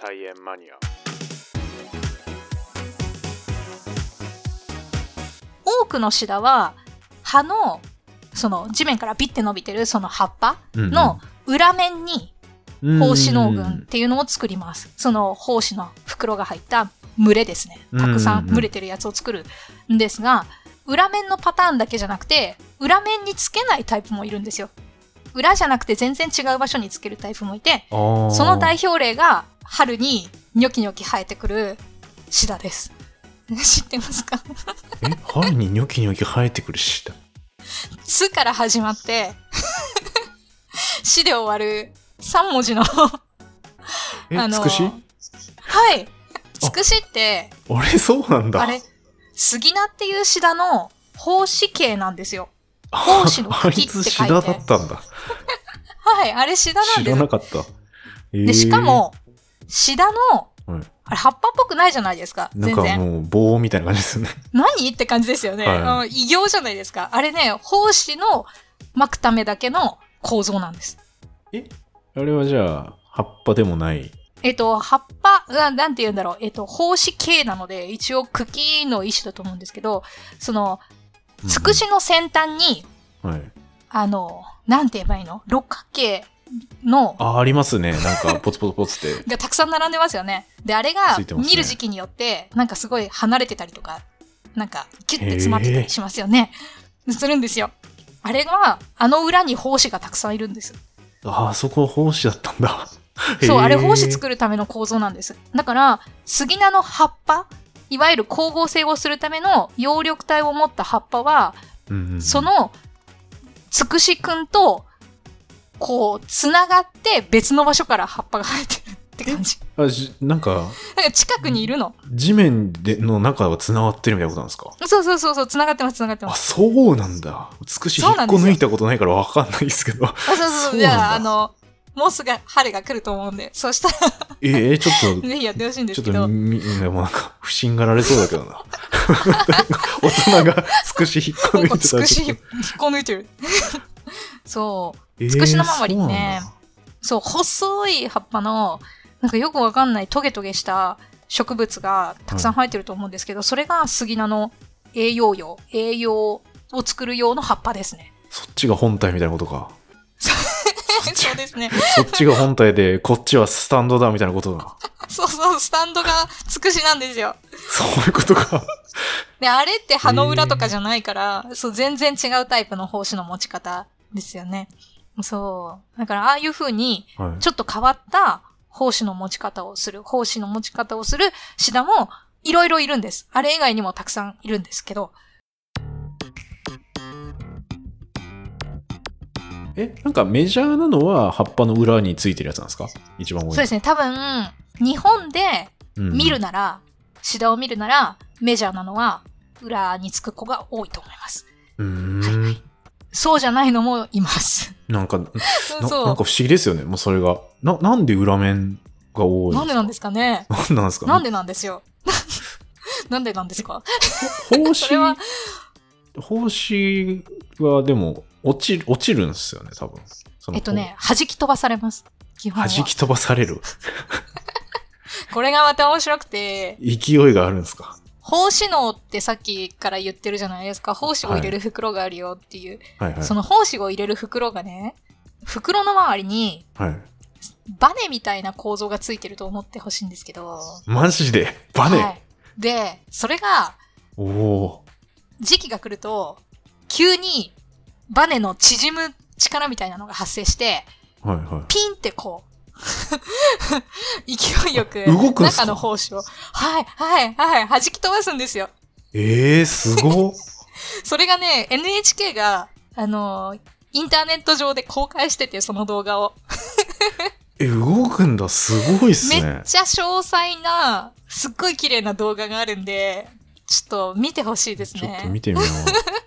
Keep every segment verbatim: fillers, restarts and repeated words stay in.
菜園マニア。 多くのシダは葉のその地面からピッて伸びてるその葉っぱの裏面に胞子農群っていうのを作ります。その胞子の袋が入った群れですね。たくさん群れてるやつを作るんですが、裏面のパターンだけじゃなくて裏面につけないタイプもいるんですよ。裏じゃなくて全然違う場所につけるタイプもいて、その代表例が春にニョキニョキ生えてくるシダです。知ってますか？ え、春にニョキニョキ生えてくるシダ。 つから始まってしで終わるさん文字のえ、 あのつくし？ はい。つくしって、 あれそうなんだ。 あれ、スギナっていうシダの胞子系なんですよ。胞子の茎って書いて。 あいつシダだったんだ。 はい、あれシダなんですよ。 知らなかった。えー、 で、しかも、シダの、 はい、 あれ葉っぱっぽくないじゃないですか。全然。 なんかもう棒みたいな感じですよね。 何って感じですよね。はい、異形じゃないですか。あれね、胞子の巻くためだけの構造なんです。 え、あれはじゃあ葉っぱでもない？ えっと、葉っぱ、な、なんて言うんだろう。えっと、胞子系なので、一応茎の一種だと思うんですけど、その、つくしの先端に、 うん、はい。 あの、なんて言えばいいの？六角形の。 あ、ありますね。なんか、ポツポツポツって。 がたくさん並んでますよね。で、あれが、見る時期によって、なんかすごい離れてたりとか、なんか、キュッて詰まってたりしますよね。するんですよ。あれが、あの裏に胞子がたくさんいるんです。 ああ、そこ胞子だったんだ。 そう、あれ胞子作るための構造なんです。だから、スギナの葉っぱ、いわゆる光合成をするための葉緑体を持った葉っぱは、 うんうん、その、つくしくんと、こう、つながって別の場所から葉っぱが生えてるって感じ。 あじなんか、 なんか近くにいるの。 地面での中はつながってるみたいなことなんですか？ そうそうそうそう、つながってます、つながってます。 あ、そうなんだ。つくし引っこ抜いたことないからわかんないですけど。あ、 そうそうそう。じゃあ、あの、もうすぐ春が来ると思うんで、そうしたらえー、ちょっと、 ぜひやってほしいんですけど。 ちょっとみ、でもなんか、不審がられそうだけどな。大人がつくし引っこ抜いてた。 つくし引っこ抜いてる。そう。つくしの周りにね、そう、細い葉っぱの、なんかよくわかんないトゲトゲした植物がたくさん生えてると思うんですけど、はい、それがスギナの栄養用、栄養を作る用の葉っぱですね。 そっちが本体みたいなことか。 そうですね。 そっちが本体で、こっちはスタンドだみたいなことだ。 そうそう、スタンドがつくしなんですよ。 そういうことか。 で、あれって葉の裏とかじゃないから、えー、そう、全然違うタイプの胞子の持ち方ですよね。そう。だから、ああいう風に、ちょっと変わった胞子の持ち方をする、胞子の持ち方をするシダも、いろいろいるんです。あれ以外にもたくさんいるんですけど。 え、なんかメジャーなのは葉っぱの裏についてるやつなんですか？一番多い。 そうですね。多分、日本で見るなら、うん、シダを見るなら、メジャーなのは裏につく子が多いと思います。 うーん、 はいはい。そうじゃないのもいます。 なんか、 そうそう、 な、なんか不思議ですよね。もうそれが。な、なんで裏面が多いんですか？ なんでなんですかね。 なんでなんですか？ なんでなんですよ。なんでなんですか？ 胞子、 それは胞子はでも、落ちる、落ちるんですよね、多分。そのえっとね、弾き飛ばされます。基本は。 弾き飛ばされる。 これがまた面白くて。 勢いがあるんですか？ 胞子脳ってさっきから言ってるじゃないですか。胞子を入れる袋があるよっていう。 はいはいはい、 その胞子を入れる袋がね、袋の周りに、 はい、 バネみたいな構造がついてると思ってほしいんですけど。 マジでバネ、はい、 で、それが、 お時期が来ると、急にバネの縮む力みたいなのが発生して、 はいはい、 ピンってこう、勢いよく動くんすか？ 中の胞子を、はい、はい、はい、弾き飛ばすんですよ。 えー、すごっ。それがね、エヌエイチケー が、あのー、インターネット上で公開してて、その動画を。 え、動くんだ、すごいっすね。 めっちゃ詳細な、すっごい綺麗な動画があるんで、ちょっと見てほしいですね。 ちょっと見てみよう。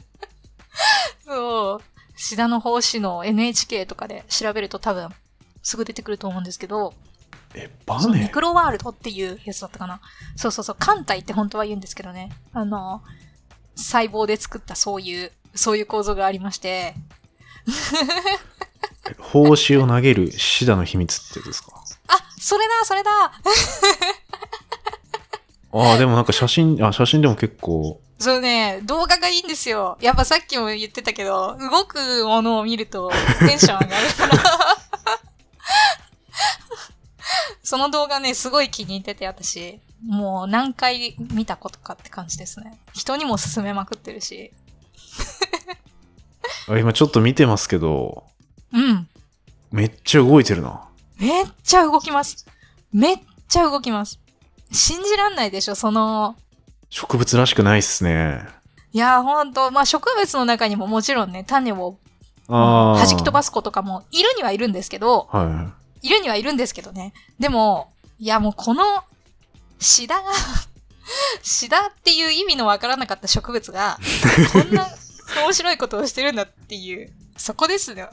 そう。シダの胞子の エヌエイチケー とかで調べると多分、すぐ出てくると思うんですけど。 え、バネ？ ミクロワールドっていうやつだったかな。そうそうそう。艦隊って本当は言うんですけどね。あの、細胞で作ったそういう、そういう構造がありまして。 胞子を投げるシダの秘密ってですか？ あ、 それだそれだああ、でもなんか写真、あ、写真でも結構。 それね、動画がいいんですよ。やっぱさっきも言ってたけど、動くものを見るとテンション上がるから。その動画ね、すごい気に入ってて、私。もう何回見たことかって感じですね。人にも勧めまくってるし。 今ちょっと見てますけど。 うん。 めっちゃ動いてるな。 めっちゃ動きます。めっちゃ動きます。信じらんないでしょ、その。 植物らしくないっすね。 いやー、ほんと、まあ、植物の中にももちろんね、種を弾き飛ばす子とかもいるにはいるんですけど、 はい、 いるにはいるんですけどね。でも、いやもうこのシダが、シダっていう意味のわからなかった植物が、こんな面白いことをしてるんだっていう、そこですよ。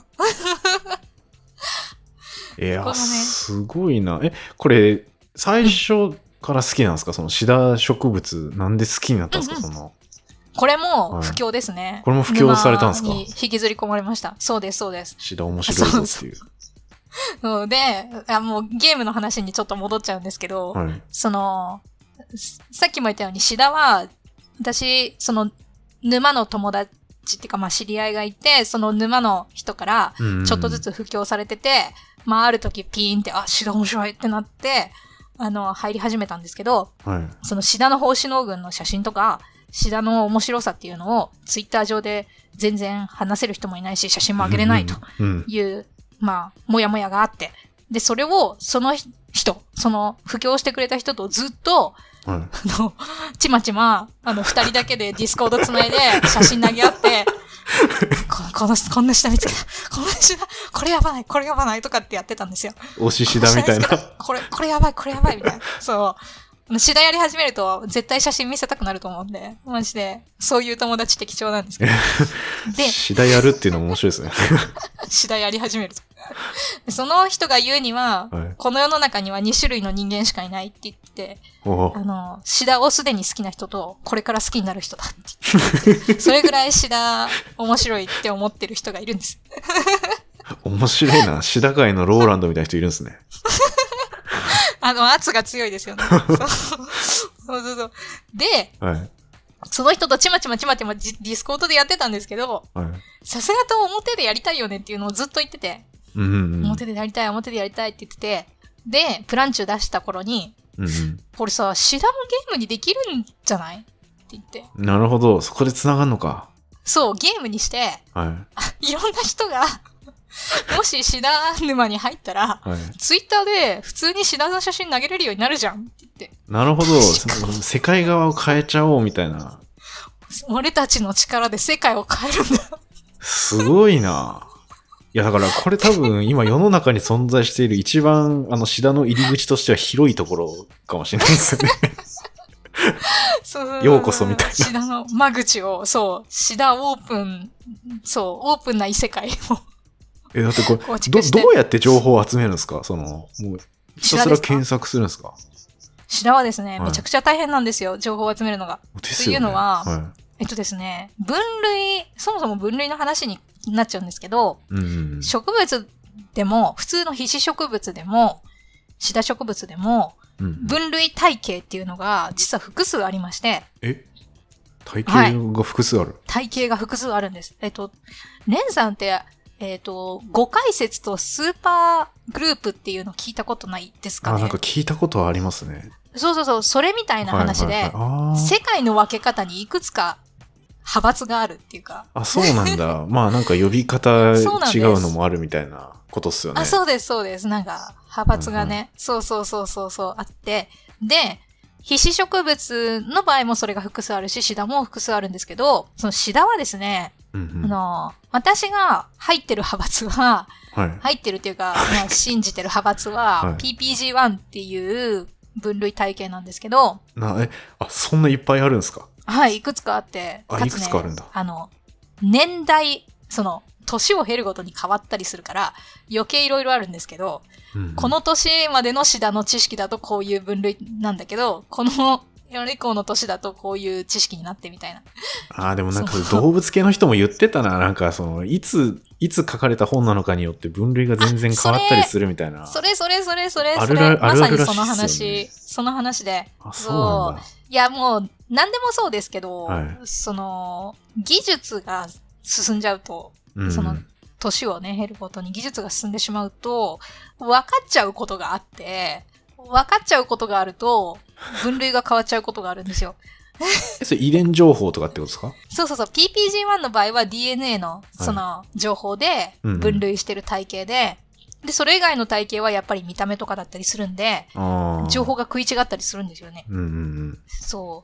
いや、ね、すごいな。え、これ、最初から好きなんですか、そのシダ植物。なんで好きになったんですか、うんうん、その。 これも布教ですね。はい、 これも布教されたんですか。 に引きずり込まれました。そうです、そうです。 シダ面白いぞっていう。 そうであ、もうゲームの話にちょっと戻っちゃうんですけど、はい、その、さっきも言ったようにシダは、私、その沼の友達っていうか、まあ知り合いがいて、その沼の人からちょっとずつ布教されてて、まあある時ピーンって、あ、シダ面白いってなって、あの、入り始めたんですけど、はい、そのシダの奉仕能群の写真とか、シダの面白さっていうのをツイッター上で全然話せる人もいないし、写真も上げれないという、うんうん、まあ、もやもやがあって。で、それを、その人、その、布教してくれた人とずっと、はい、あの、ちまちま、あの、二人だけでディスコードつないで、写真投げ合って、こ, この、こんな下見つけた、この下、これやばない、これやばないとかってやってたんですよ。 推しシダみたいな。 これ、これやばい、これやばい、みたいな。そう。シダやり始めると絶対写真見せたくなると思うんで、マジで、そういう友達って貴重なんですけど。 で、シダやるっていうのも面白いですね。 シダやり始めると。その人が言うには、はい、この世の中にはに種類の人間しかいないって言って、あの、シダをすでに好きな人と、これから好きになる人だって言って、それぐらいシダ面白いって思ってる人がいるんです。 面白いな。シダ界のローランドみたいな人いるんですね。 あの、圧が強いですよね。そうそうそうそう。で、はい、その人とちまちまちまちまディスコードでやってたんですけど、さすがと表でやりたいよねっていうのをずっと言ってて、うんうんうん、表でやりたい、表でやりたいって言ってて、で、プランチュー出した頃に、うんうん、これさ、シダもゲームにできるんじゃないって言って。 なるほど、そこで繋がんのか。 そう、ゲームにして、はい、いろんな人が、もしシダ沼に入ったら、はい、ツイッターで普通にシダの写真投げれるようになるじゃんって言って。 なるほど。世界側を変えちゃおうみたいな。 俺たちの力で世界を変えるんだ。 すごいな。いやだからこれ多分今世の中に存在している一番あのシダの入り口としては広いところかもしれないですよね。 そうようこそみたいな。 シダの間口を、そう、シダオープン、そう、オープンな異世界を。 え、だってこれ、ど、どうやって情報を集めるんですか？その、もう、ひたすら検索するんですか？ シダはですね、はい、めちゃくちゃ大変なんですよ、情報を集めるのが。ですよね。というのは、はい、えっとですね、分類、そもそも分類の話になっちゃうんですけど、うんうんうん、植物でも、普通の被子植物でも、シダ植物でも、うんうん、分類体系っていうのが実は複数ありまして。 え？体系が複数ある？はい、 体系が複数あるんです。えっと、レンさんって、えっと、五解説とスーパーグループっていうの聞いたことないですかね？ あ、なんか聞いたことはありますね。 そうそうそう、それみたいな話で、はいはいはい、世界の分け方にいくつか派閥があるっていうか。 あ、そうなんだ。まあなんか呼び方違うのもあるみたいなことっすよね。 あ、そうです、そうです。なんか派閥がね、はいはい、そうそうそうそうそうあって、で、被子植物の場合もそれが複数あるし、シダも複数あるんですけど、そのシダはですね、うんうん、あの、私が入ってる派閥は、はい、入ってるっていうか、まあ、信じてる派閥は、はい、ピーピージーワン っていう分類体系なんですけど。 な、え、あ、そんないっぱいあるんですか？ はい、いくつかあって、 あ、かつね、いくつかあるんだ。 あの、年代、その、年を経るごとに変わったりするから、余計いろいろあるんですけど、うんうん、この年までのシダの知識だとこういう分類なんだけど、このよねん以降の年だとこういう知識になってみたいな。 ああ、でもなんか動物系の人も言ってたな。なんかその、いつ、いいつ書かれた本なのかによって分類が全然変わったりするみたいな。 それそれそれそれそれ。 あるあるまさにそのあるあるらしいっすよ話、 ね。 その話で。 あ、そうなんだ。 いや、もう、何でもそうですけど、 はい、 その、技術が進んじゃうと、うん、その、年をね、経るごとに技術が進んでしまうと、分かっちゃうことがあって、分かっちゃうことがあると、分類が変わっちゃうことがあるんですよ。 それ遺伝情報とかってことですか？ そうそうそう。ピーピージーワン の場合は ディーエヌエー のその情報で分類してる体系で、はいうんうん、で、それ以外の体系はやっぱり見た目とかだったりするんで、情報が食い違ったりするんですよね。 うんうんうん、 そう。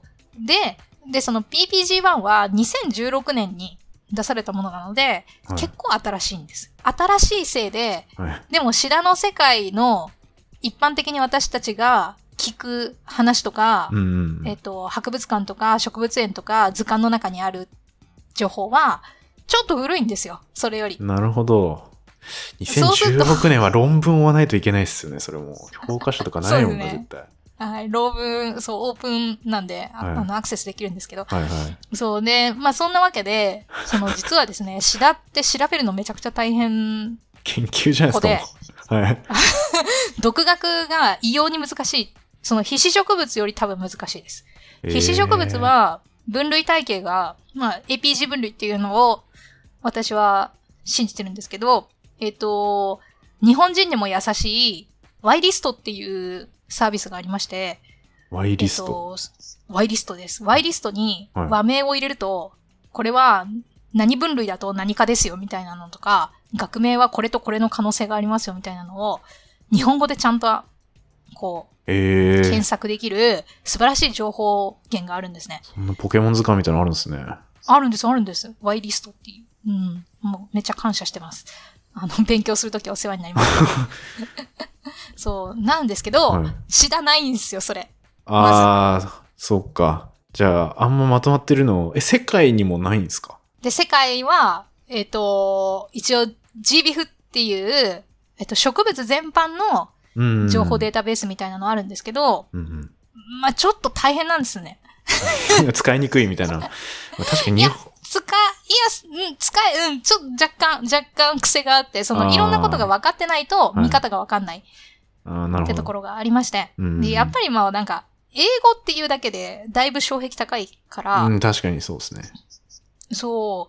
で、で、その ピーピージーワン はにせんじゅうろくねんに出されたものなので、はい、結構新しいんです。新しいせいで、はい、でもシダの世界の一般的に私たちが聞く話とか、うんうん、えっと、博物館とか植物園とか図鑑の中にある情報は、ちょっと古いんですよ。それより。 なるほど。にせんじゅうろくねんは論文を追わないといけないですよね、それも。教科書とかないもんな、ね、絶対。 はい、論文、そう、オープンなんで、はい、あの、アクセスできるんですけど。 はいはい。 そうね、まあそんなわけで、その実はですね、シダって調べるのめちゃくちゃ大変。 研究じゃないですか。はい。 独学が異様に難しい。その皮脂植物より多分難しいです。えー、皮脂植物は分類体系が、まあ エーピージー 分類っていうのを私は信じてるんですけど、えっと、日本人にも優しい Y リストっていうサービスがありまして、 Y リスト、 えっと、Y リストです。Y リストに和名を入れると、はい、これは何分類だと何かですよみたいなのとか、学名はこれとこれの可能性がありますよみたいなのを日本語でちゃんとこう、 えー、 検索できる素晴らしい情報源があるんですね。 そんなポケモン図鑑みたいなのあるんですね。 あるんです、あるんです。Y リストっていう。うん。もうめっちゃ感謝してます。あの、勉強するときはお世話になります。そう、なんですけど、はい、知らないんですよ、それ。 ああ、ま、そっか。じゃあ、あんままとまってるの、え、世界にもないんですか？ で、世界は、えっと、一応、ジービフ っていう、えっと、植物全般の情報データベースみたいなのあるんですけど、 うんうん、 まあちょっと大変なんですね。 使いにくいみたいな。まあ、確かにいや、使い、いや、うん、使い、うん、ちょっと若干、若干癖があって、そのいろんなことが分かってないと見方が分かんない、はい、ってところがありまして。で、やっぱりまあなんか、英語っていうだけでだいぶ障壁高いから。 うん、確かにそうですね。 そう。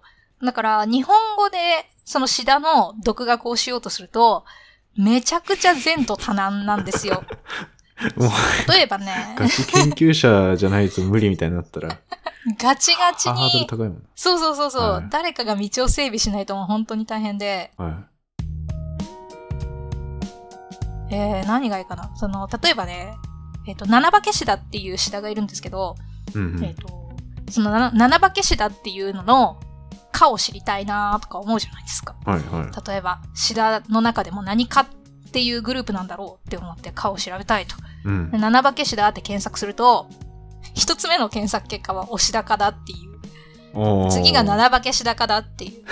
だから、日本語で、そのシダの独学をしようとすると、めちゃくちゃ前途多難なんですよ。 もう例えばね。 ガチ研究者じゃないと無理みたいになったら。 ガチガチに。 ハードル高いもん。 そうそうそうそう、はい。誰かが道を整備しないともう本当に大変で。 はい。 えー、何がいいかな。その、例えばね、えっと、七化けシダっていうシダがいるんですけど、 うんうん、 えっと、その七化けシダっていうのの、かを知りたいなとか思うじゃないですか。 はいはい、 例えば、シダの中でも何かっていうグループなんだろうって思ってかを調べたいと。 うん、 七化けシダって検索すると、一つ目の検索結果はオシダカだっていう。次が七化けシダカだっていう。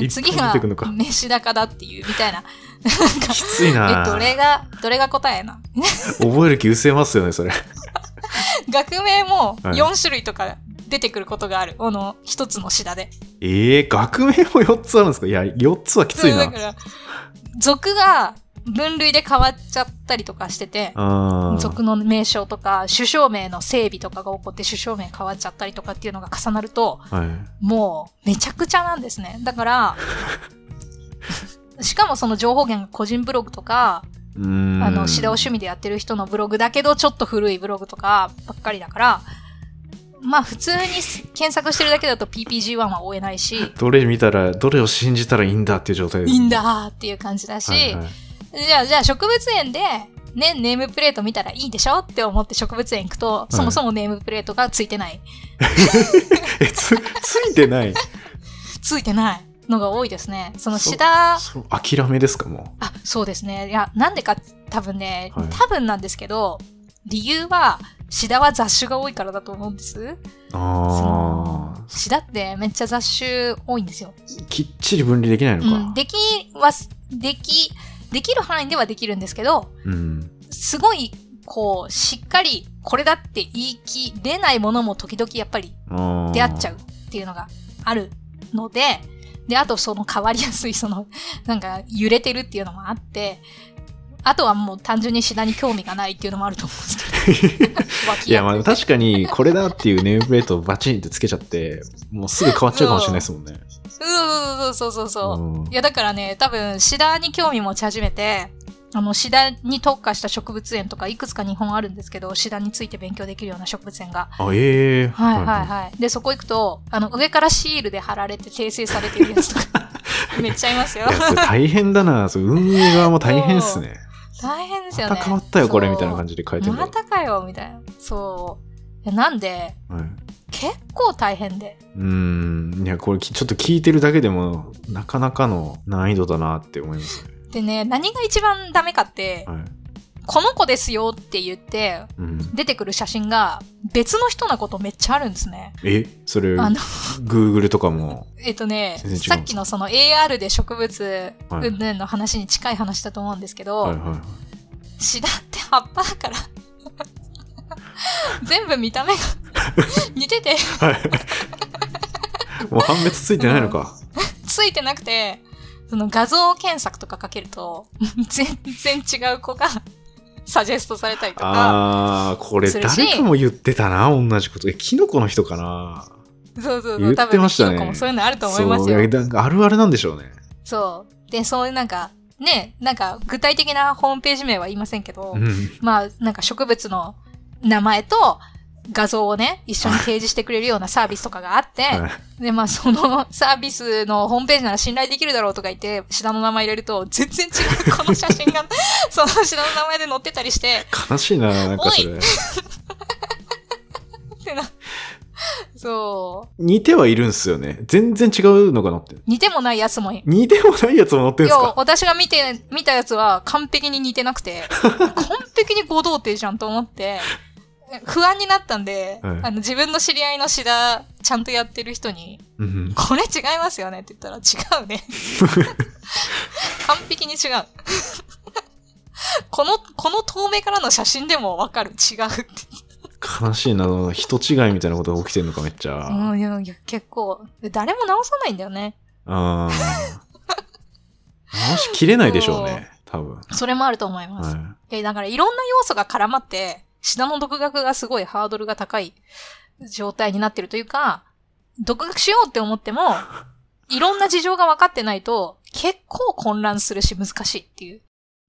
次がメシダカだっていうみたいな。 きついな。 え、どれが、どれが答えな。 覚える気失せますよね、それ。 学名もよん種類とか出てくることがある。この一つのシダで。 ええー、学名もよっつあるんですか？いや、よっつはきついな。 だから、属が分類で変わっちゃったりとかしてて、属の名称とか、種小名の整備とかが起こって種小名変わっちゃったりとかっていうのが重なると、 はい、 もうめちゃくちゃなんですね。だから、しかもその情報源が個人ブログとか、 うーんあの、シダを趣味でやってる人のブログだけど、ちょっと古いブログとかばっかりだから、まあ普通に検索してるだけだと ピーピージーワン は追えないし、 どれ見たら、どれを信じたらいいんだっていう状態です、 いいんだーっていう感じだし、はいはい、じゃあ、じゃあ植物園で、ね、ネームプレート見たらいいでしょって思って植物園行くと、はい、そもそもネームプレートがついてない。 え、つ、ついてないついてないのが多いですね。そのシダ、 諦めですか、もう。 あ、そうですね。いや、なんでか多分ね、はい、多分なんですけど、理由は、シダは雑種が多いからだと思うんです。 ああ。 シダってめっちゃ雑種多いんですよ。 きっちり分離できないのか。 うん、できは、でき、できる範囲ではできるんですけど、 うん、 すごい、こう、しっかり、これだって言い切れないものも時々やっぱり出会っちゃうっていうのがあるので、 で、あとその変わりやすい、その、なんか揺れてるっていうのもあって、あとはもう単純にシダに興味がないっていうのもあると思うんですけど。 いや、まあ確かにこれだっていうネームプレートをバチンってつけちゃって、もうすぐ変わっちゃうかもしれないですもんね。 そうそうそうそうそう。 うん、 いやだからね、多分シダに興味持ち始めて、あのシダに特化した植物園とかいくつか日本あるんですけど、シダについて勉強できるような植物園が。 あ、ええー。 はいはいはい。で、そこ行くと、あの上からシールで貼られて訂正されてるやつとか、めっちゃいますよ。 いや、それ大変だな。それ運営側も大変っすね。 大変ですよね。 また変わったよこれみたいな感じで書いてる。 またかよみたいな。そう。なんで、はい、結構大変で。 うーん。いや、これちょっと聞いてるだけでもなかなかの難易度だなって思いますね。 でね、何が一番ダメかって、はい、この子ですよって言って、うん、出てくる写真が別の人のことめっちゃあるんですね。 えそれ、あの、Google とかも。 えっとね、さっきのその エーアール で植物云々の話に近い話だと思うんですけど、はいはいはい、シダって葉っぱだから、全部見た目が似てて、はい、 もう判別ついてないのか。 ついてなくて、その画像検索とかかけると、全然違う子が、サジェストされたりとか。 ああ、これ誰かも言ってたな、同じこと。え、キノコの人かな。 そうそうそう。 言ってましたね。 多分キノコもそういうのあると思いますよ。 そう、なんかあるあるなんでしょうね。 そう。で、そういうなんか、ね、なんか具体的なホームページ名は言いませんけど、うん、まあ、なんか植物の名前と画像をね、一緒に提示してくれるようなサービスとかがあって、はい、で、まあ、そのサービスのホームページなら信頼できるだろうとか言って、シダの名前入れると、全然違うこの写真が、そのシダの名前で載ってたりして、 悲しいな、なんかそれ。 ってな。そう。 似てはいるんすよね。全然違うのが載ってる。 似てもないやつも。 似てもないやつも載ってるんすか？いや、 私が見て、見たやつは完璧に似てなくて、完璧に五童貞じゃんと思って、不安になったんで、はい、あの自分の知り合いのシダちゃんとやってる人に、うん、これ違いますよねって言ったら違うね。完璧に違う。この、この遠目からの写真でもわかる。違うって。 悲しいな、人違いみたいなことが起きてるのかめっちゃ。 うん、いや、いや結構、誰も直さないんだよね。 ああ。直しきれないでしょうね、多分。 それもあると思います。はい、だからいろんな要素が絡まって、シダの独学がすごいハードルが高い状態になってるというか、独学しようって思っても、いろんな事情が分かってないと、結構混乱するし難しいっていう。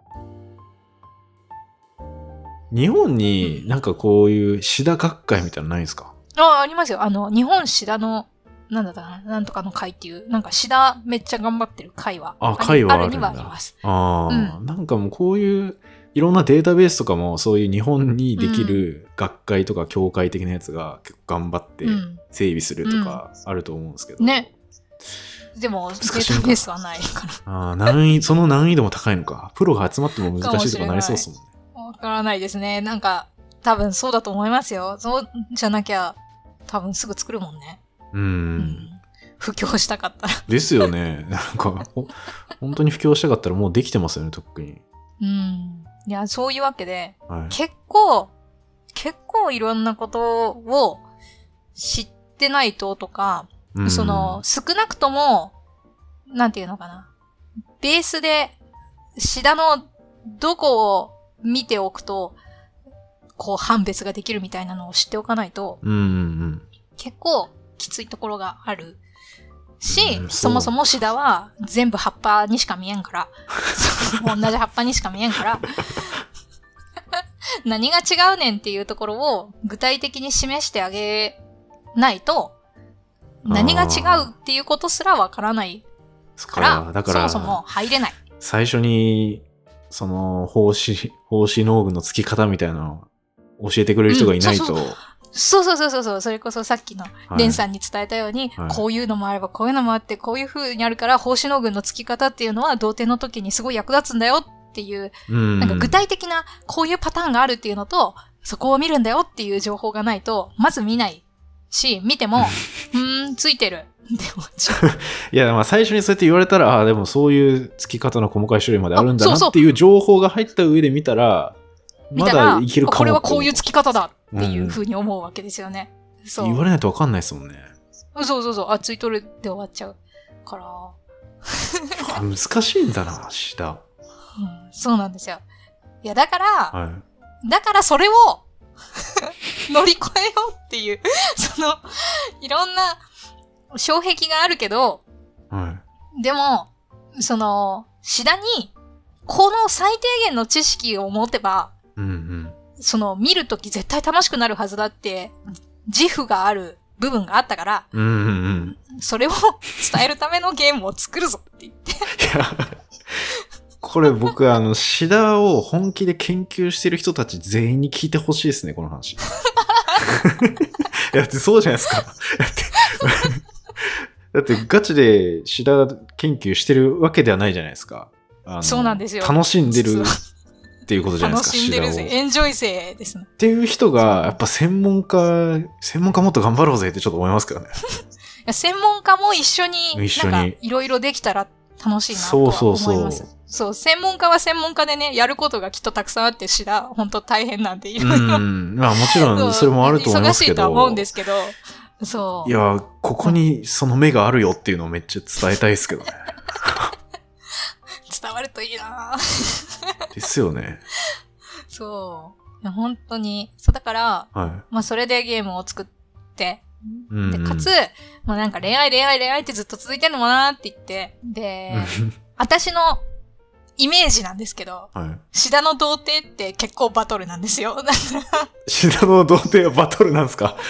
日本になんかこういうシダ学会みたいなのないんですか？ あ、ありますよ。あの、日本シダの、なんだったかな、なんとかの会っていう、なんかシダめっちゃ頑張ってる会は。 あ、会はあるんだ。 あるにはあります。 ああ、うん、なんかもうこういう、いろんなデータベースとかもそういう日本にできる学会とか協会的なやつが結構頑張って整備するとかあると思うんですけど。 うんうん、ね。でもデータベースはないから。 ああ、難易、その難易度も高いのか。プロが集まっても難しいとかなりそうですもんね。 わからないですね。なんか多分そうだと思いますよ。そうじゃなきゃ多分すぐ作るもんね。 うん。うん布教したかったら。 ですよね。なんか本当に布教したかったらもうできてますよね、とっくに。 うん。いや、そういうわけで、 はい、 結構、結構いろんなことを知ってないととか、うん、その、少なくとも、なんていうのかな。ベースで、シダのどこを見ておくと、こう判別ができるみたいなのを知っておかないと、 うんうんうん、 結構きついところがある。し、うん、そ, そもそもシダは全部葉っぱにしか見えんから。同じ葉っぱにしか見えんから。何が違うねんっていうところを具体的に示してあげないと、何が違うっていうことすらわからないから、だからそもそも入れない。 最初に、その、胞子、胞子農具の付き方みたいなのを教えてくれる人がいないと、うん、 そうそうそうそうそう、それこそさっきのレンさんに伝えたように、はい、こういうのもあればこういうのもあって、こういう風にあるから、胞子農具の付き方っていうのは同点の時にすごい役立つんだよっていう、うん、なんか具体的なこういうパターンがあるっていうのと、そこを見るんだよっていう情報がないと、まず見ないし、見ても、うーん、ついてる。って思っちゃう。 いや、まあ最初にそうやって言われたら、ああ、でもそういう付き方の細かい種類まであるんだなっていう情報が入った上で見たら、まだいけるかも。 これはこういう付き方だっていう風に思うわけですよね。 うん、そう。言われないと分かんないですもんね。 そうそうそう。あ、ついとるで終わっちゃう。 から。 難しいんだな、シダ。 うん、そうなんですよ。いや、だから、 はい、 だからそれを乗り越えようっていう、その、いろんな障壁があるけど、 はい、 でも、その、シダに、この最低限の知識を持てば、 うんうん、 その、見るとき絶対楽しくなるはずだって、自負がある部分があったから、 うんうんうん、 それを伝えるためのゲームを作るぞって言って。いや、 これ僕、あの、シダを本気で研究してる人たち全員に聞いてほしいですね、この話。いや、だってそうじゃないですか。だってだってガチでシダ研究してるわけではないじゃないですか。あのそうなんですよ。 楽しんでるっていうことじゃないですか。 楽しんでるぜ。エンジョイ勢ですね。 っていう人が、やっぱ専門家、専門家もっと頑張ろうぜってちょっと思いますけどね。いや専門家も一緒に、 一緒にいろいろできたら楽しいなとは思います。そうそうそう。そう、専門家は専門家でね、やることがきっとたくさんあってシダ、本当大変なんでいろいろ。うん。 まあもちろんそれもあると思いますけど。 忙しいとは思うんですけど。そう。 いや、ここにその目があるよっていうのをめっちゃ伝えたいですけどね。 伝わるといいなですよね。 そう。いや本当に。そうだから、はい、まあそれでゲームを作って、うんうん、でかつ、まあなんか恋愛恋愛恋愛ってずっと続いてんのもなーって言って、で、私のイメージなんですけど、はい、シダの童貞って結構バトルなんですよ。 シダの童貞はバトルなんですか、はい、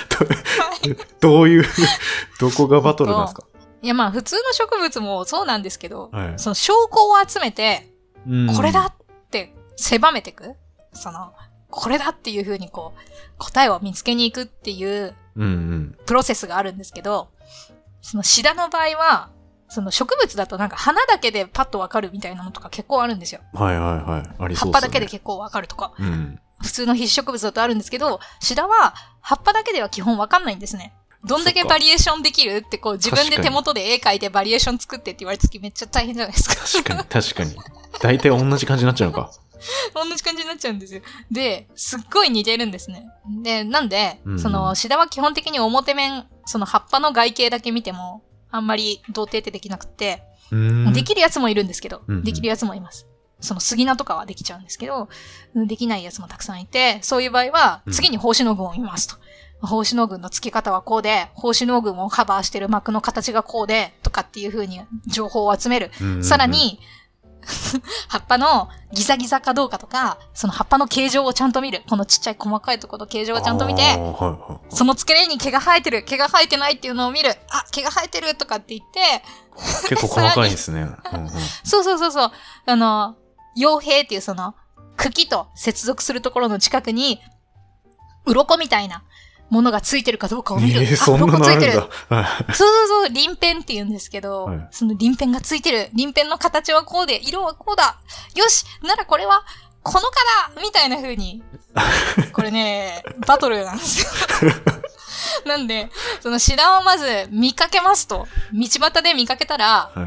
どういう、どこがバトルなんですか。 いやまあ普通の植物もそうなんですけど、はい、その証拠を集めて、これだって狭めていく、その、これだっていう風にこう、答えを見つけに行くっていうプロセスがあるんですけど、そのシダの場合は、その植物だとなんか花だけでパッとわかるみたいなのとか結構あるんですよ。 はいはいはい。ありそうですね。 葉っぱだけで結構わかるとか、 うん。 普通の必須植物だとあるんですけど、シダは葉っぱだけでは基本わかんないんですね。どんだけバリエーションできるってこう自分で手元で絵描いてバリエーション作ってって言われた時めっちゃ大変じゃないですか。 確かに確かに。大体同じ感じになっちゃうのか。 同じ感じになっちゃうんですよ。で、すっごい似てるんですね。で、なんで、うん、そのシダは基本的に表面、その葉っぱの外形だけ見てもあんまり童貞ってできなくて、できるやつもいるんですけど、うんうん、できるやつもいます。その杉菜とかはできちゃうんですけど、できないやつもたくさんいて、そういう場合は次に胞子の群を見ますと。うん、胞子の群の付け方はこうで、胞子の群をカバーしてる膜の形がこうで、とかっていう風に情報を集める。うんうんうん、さらに、葉っぱのギザギザかどうかとか、その葉っぱの形状をちゃんと見る。このちっちゃい細かいところの形状をちゃんと見て、はいはい、その付け根に毛が生えてる、毛が生えてないっていうのを見る。あ、毛が生えてるとかって言って、 結構細かいですね。うんうん、 そうそうそうそう。あの、葉柄っていうその、茎と接続するところの近くに、鱗みたいなものがついてるかどうかを見る。 えー、そんなのあるんだ。 そうそうそう、鱗片って言うんですけど、はい、その鱗片がついてる。鱗片の形はこうで、色はこうだ。よし、ならこれは、この花みたいな風に。これね、バトルなんですよ。なんで、そのシダをまず見かけますと、道端で見かけたら、はい、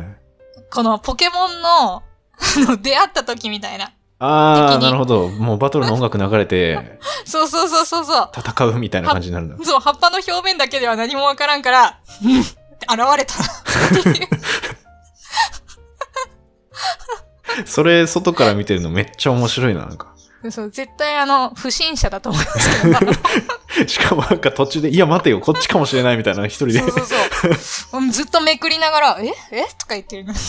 このポケモンの出会った時みたいな。 ああ、なるほど。もうバトルの音楽流れて、 そうそうそうそうそう。 戦うみたいな感じになるんだ。 そう、葉っぱの表面だけでは何もわからんから、うんって現れたっていう。 それ外から見てるのめっちゃ面白いな、なんか。 そう、絶対あの、不審者だと思いますけど。しかもなんか途中で、いや待てよ、こっちかもしれないみたいな一人で。 そうそうそう。ずっとめくりながら、ええとか言ってるの。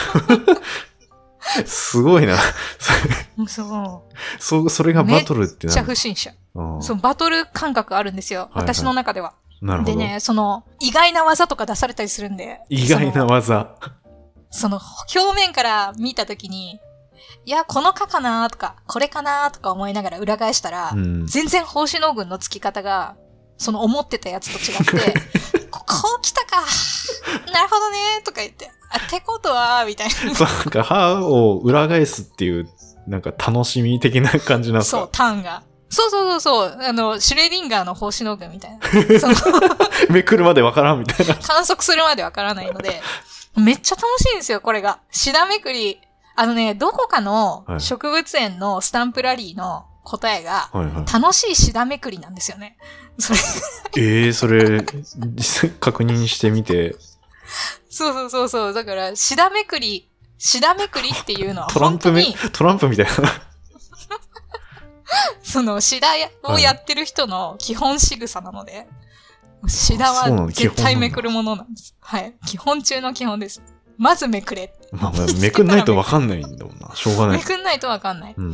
すごいな。 そう。 そ、それがバトルってめっちゃ不審者。そう、バトル感覚あるんですよ。はいはい、私の中では。 なるほど。 でね、その、意外な技とか出されたりするんで。 意外な技。 その、表面から見たときに、いや、この科かなとか、これかなとか思いながら裏返したら、うん、全然胞子の群の付き方が、その思ってたやつと違って、こう来たか。なるほどねとか言って、あ、ってことは、みたいな。 そう、なんか歯を裏返すっていう、なんか楽しみ的な感じなんですか。 そう、ターンが。そうそうそうそう、あの、シュレディンガーの胞子の群みたいな。そのめくるまでわからんみたいな。 観測するまでわからないので、めっちゃ楽しいんですよ、これが。シダめくり。あのね、どこかの植物園のスタンプラリーの答えが、楽しいシダめくりなんですよね。それええー、それ、実際確認してみて。 そうそうそうそう。だから、シダめくり、シダめくりっていうのはトランプめ、トランプみたいな。 その、シダをやってる人の基本仕草なので、はい、シダは絶対めくるものなんです。はい。基本中の基本です。まずめくれ。 まあ、めくんないとわかんないんだもんな。しょうがない。 めくんないとわかんない。 うん。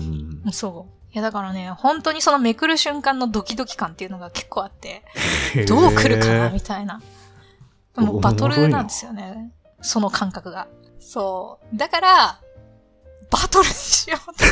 そう。いや、だからね、本当にそのめくる瞬間のドキドキ感っていうのが結構あって、どう来るかなみたいな。もうバトルなんですよね。その感覚が。そう。だから、バトルにしようって。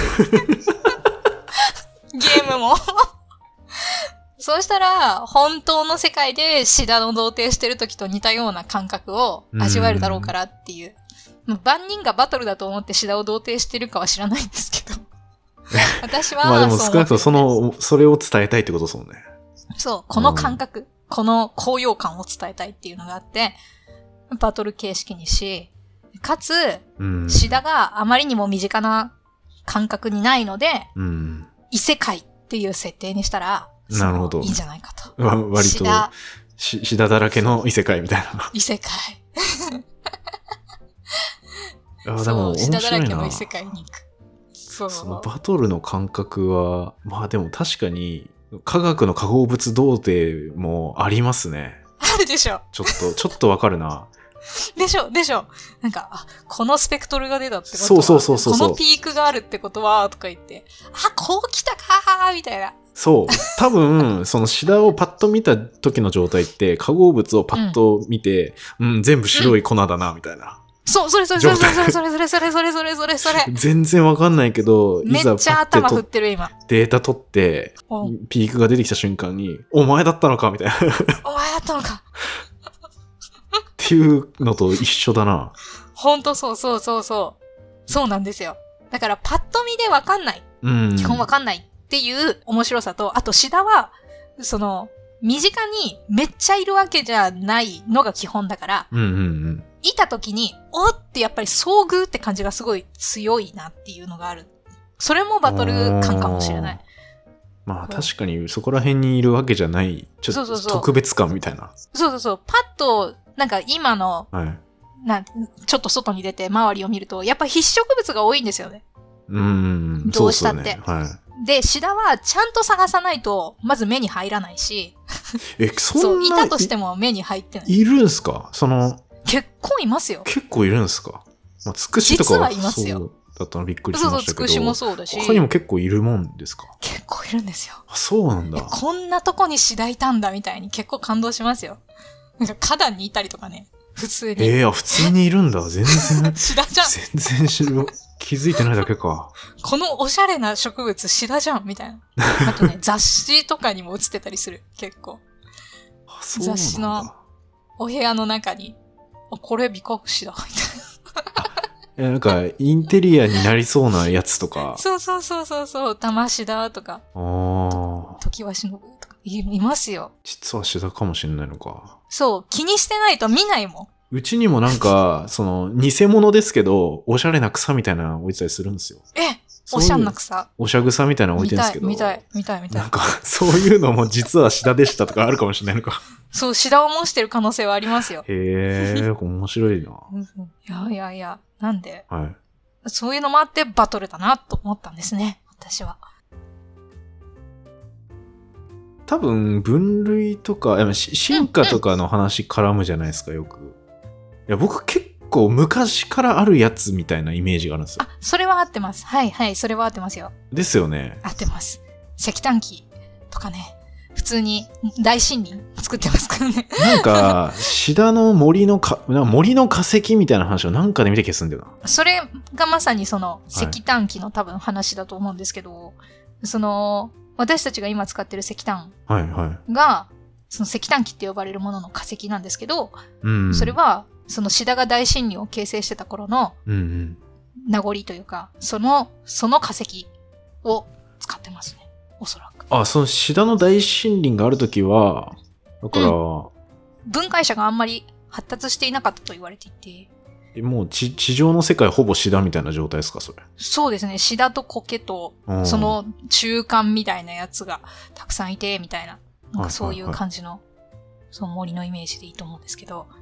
ゲームも。そうしたら、本当の世界でシダの童貞してる時と似たような感覚を味わえるだろうからっていう。う万人がバトルだと思ってシダを童貞してるかは知らないんですけど。私は、 まあでも少なくともその、それを伝えたいってことですもんね。 そう、この感覚、うん、この高揚感を伝えたいっていうのがあって、バトル形式にし、かつ、うん、シダがあまりにも身近な感覚にないので、うん、異世界っていう設定にしたら、 なるほど。 いいんじゃないかと。 割とシダ、シダだらけの異世界みたいな。 異世界。 あ、でも面白いな。 シダだらけの異世界に行く。そう。 そのバトルの感覚は、まあでも確かに、科学の化合物童貞もありますね。 あるでしょ。 ちょっと、ちょっとわかるな。 でしょ、でしょ。なんか、あ、このスペクトルが出たってことは、 そうそうそうそう。 このピークがあるってことは、とか言って、あ、こう来たかーみたいな。 そう。多分、そのシダをパッと見た時の状態って、化合物をパッと見て、うん、うん、全部白い粉だな、みたいな。 そう、それそれそれそれそれそれそれそれそれそれそれそれ。 全然わかんないけど、 めっちゃ頭振ってる今。 データ取って、ピークが出てきた瞬間に、お前だったのかみたいな。 お前だったのか。 っていうのと一緒だな。 ほんとそうそうそうそう。そうなんですよ。だからパッと見でわかんない。うん。基本わかんないっていう面白さと、あとシダは、その、身近にめっちゃいるわけじゃないのが基本だから、うんうんうん。いた時に、おってやっぱり遭遇って感じがすごい強いなっていうのがある。それもバトル感かもしれない。 まあ確かにそこら辺にいるわけじゃない、ちょっと特別感みたいな。 そうそうそう。パッと、なんか今の、はい、なちょっと外に出て周りを見ると、やっぱ必植物が多いんですよね。うん。どうしたって。ね、はい。で、シダはちゃんと探さないと、まず目に入らないし。 え、そんなそう、 いたとしても目に入ってない。 いるんすかその、 結構いますよ。 結構いるんですか、まあ、つくしとかは実はいますよ。 そうだったのびっくりしましたけど。そうそう、 つくしもそうだし。 他にも結構いるもんですか？ 結構いるんですよ。 あ、そうなんだ。 こんなとこにシダいたんだみたいに結構感動しますよ。なんか花壇にいたりとかね。普通に。 ええー、普通にいるんだ。全然。 シダじゃん。 全然知る。気づいてないだけか。 このおしゃれな植物シダじゃんみたいな。あとね、雑誌とかにも写ってたりする。結構。 あ、そうなんだ。雑誌のお部屋の中に。これ美隠しだ、みたいな。なんか、インテリアになりそうなやつとか。 そうそうそうそうそう、玉シダとか。ああ。時は忍ぶとかい。いますよ。 実はシダかもしれないのか。 そう、気にしてないと見ないもん。うちにもなんか、その、偽物ですけど、おしゃれな草みたいなの置いてたりするんですよ。 えおしゃんな草。 おしゃ草みたいなの置いてるんですけど。 見たい、見たい、見たい、見たい。 なんか、そういうのも実はシダでしたとかあるかもしれないのか。 そう、シダを模してる可能性はありますよ。 へえ、面白いな。 いやいやいや、なんで、 はい、 そういうのもあってバトルだなと思ったんですね、私は。 多分、分類とか、進化とかの話絡むじゃないですか、よく。いや、僕結構昔からあるやつみたいなイメージがあるんですよ。 あ、それは合ってます。はいはい、それは合ってますよ。 ですよね。 合ってます。石炭機とかね。普通に大森林作ってますからね。 なんか、シダの森のか、森の化石みたいな話をなんかで見た気がするんだよな。 それがまさにその石炭機の多分話だと思うんですけど、はい、その、私たちが今使ってる石炭が、はいはい、その石炭機って呼ばれるものの化石なんですけど、うん、それは、そのシダが大森林を形成してた頃の名残というか、その、その化石を使ってますね。おそらく。 あ、そのシダの大森林があるときは、だから、うん、 分解者があんまり発達していなかったと言われていて。 もう地、地上の世界ほぼシダみたいな状態ですか、それ。 そうですね。シダと苔と、その中間みたいなやつがたくさんいて、みたいな。なんかそういう感じの、はいはいはい、その森のイメージでいいと思うんですけど。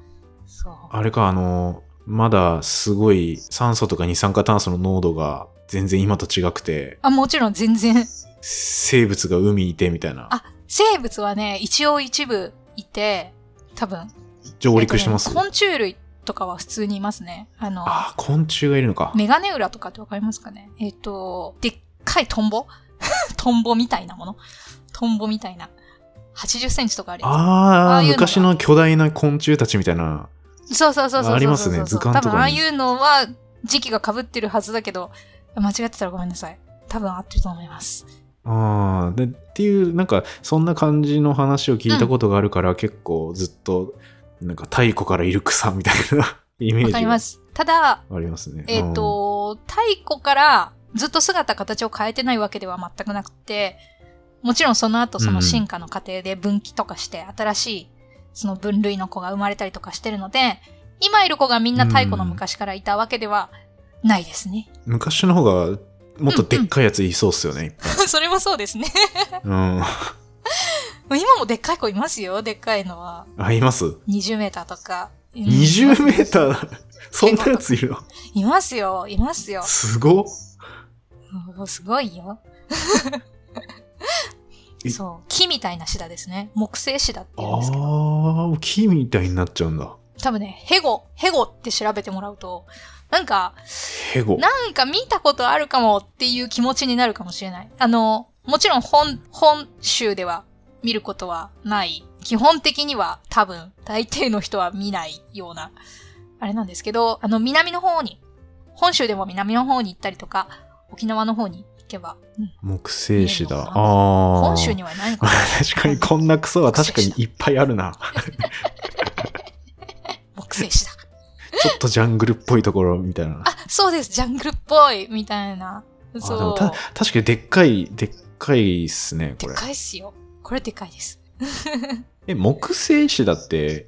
そう。 あれか、あの、まだすごい酸素とか二酸化炭素の濃度が全然今と違くて。 あ、もちろん全然。 生物が海にいてみたいな。 あ、生物はね、一応一部いて、多分。 上陸してます、 えっとね、昆虫類とかは普通にいますね。あの、 あ、昆虫がいるのか。 メガネウラとかってわかりますかね？えっと、でっかいトンボトンボみたいなものトンボみたいな。はちじゅっセンチとかあるやつ。 ああ、昔の巨大な昆虫たちみたいな。 そうそうそうそうそうそう。 ありますね、図鑑とかに。 多分ああいうのは時期が被ってるはずだけど、間違ってたらごめんなさい。多分合ってると思います。 ああ、でっていうなんかそんな感じの話を聞いたことがあるから、うん、結構ずっとなんか太古からいる草みたいなイメージが。わかります。 ただ、 ありますね。 えっと、太古からずっと姿形を変えてないわけでは全くなくて、もちろんその後その進化の過程で分岐とかして新しいその分類の子が生まれたりとかしてるので、今いる子がみんな太古の昔からいたわけではないですね。 昔の方がもっとでっかいやついそうっすよね。 うんうん、それもそうですね。 うん。 今もでっかい子いますよ、でっかいのは。 あ、います ? にじゅうメーターとか。 にじゅうメーターそんなやついるの？ いますよ、いますよ。 すごっ。 すごいよ。そう、木みたいなシダですね。木製シダって言うんですけど。 ああ、木みたいになっちゃうんだ。 多分ね、ヘゴ、ヘゴって調べてもらうと、なんか、 ヘゴ。 なんか見たことあるかもっていう気持ちになるかもしれない。あの、もちろん本、本州では見ることはない。基本的には多分、大抵の人は見ないような、あれなんですけど、あの、南の方に、本州でも南の方に行ったりとか、沖縄の方に行けば、うん、 木製紙だ。ああ。 本州にはないのかな。 確かにこんなクソは確かにいっぱいあるな。 木製紙だ。 ちょっとジャングルっぽいところみたいな。 あ、そうです。ジャングルっぽいみたいな。そう。 あ、でもた確かにでっかい、でっかいっすね、これ。 でっかいっすよ。これでっかいです。 え、木製紙だって、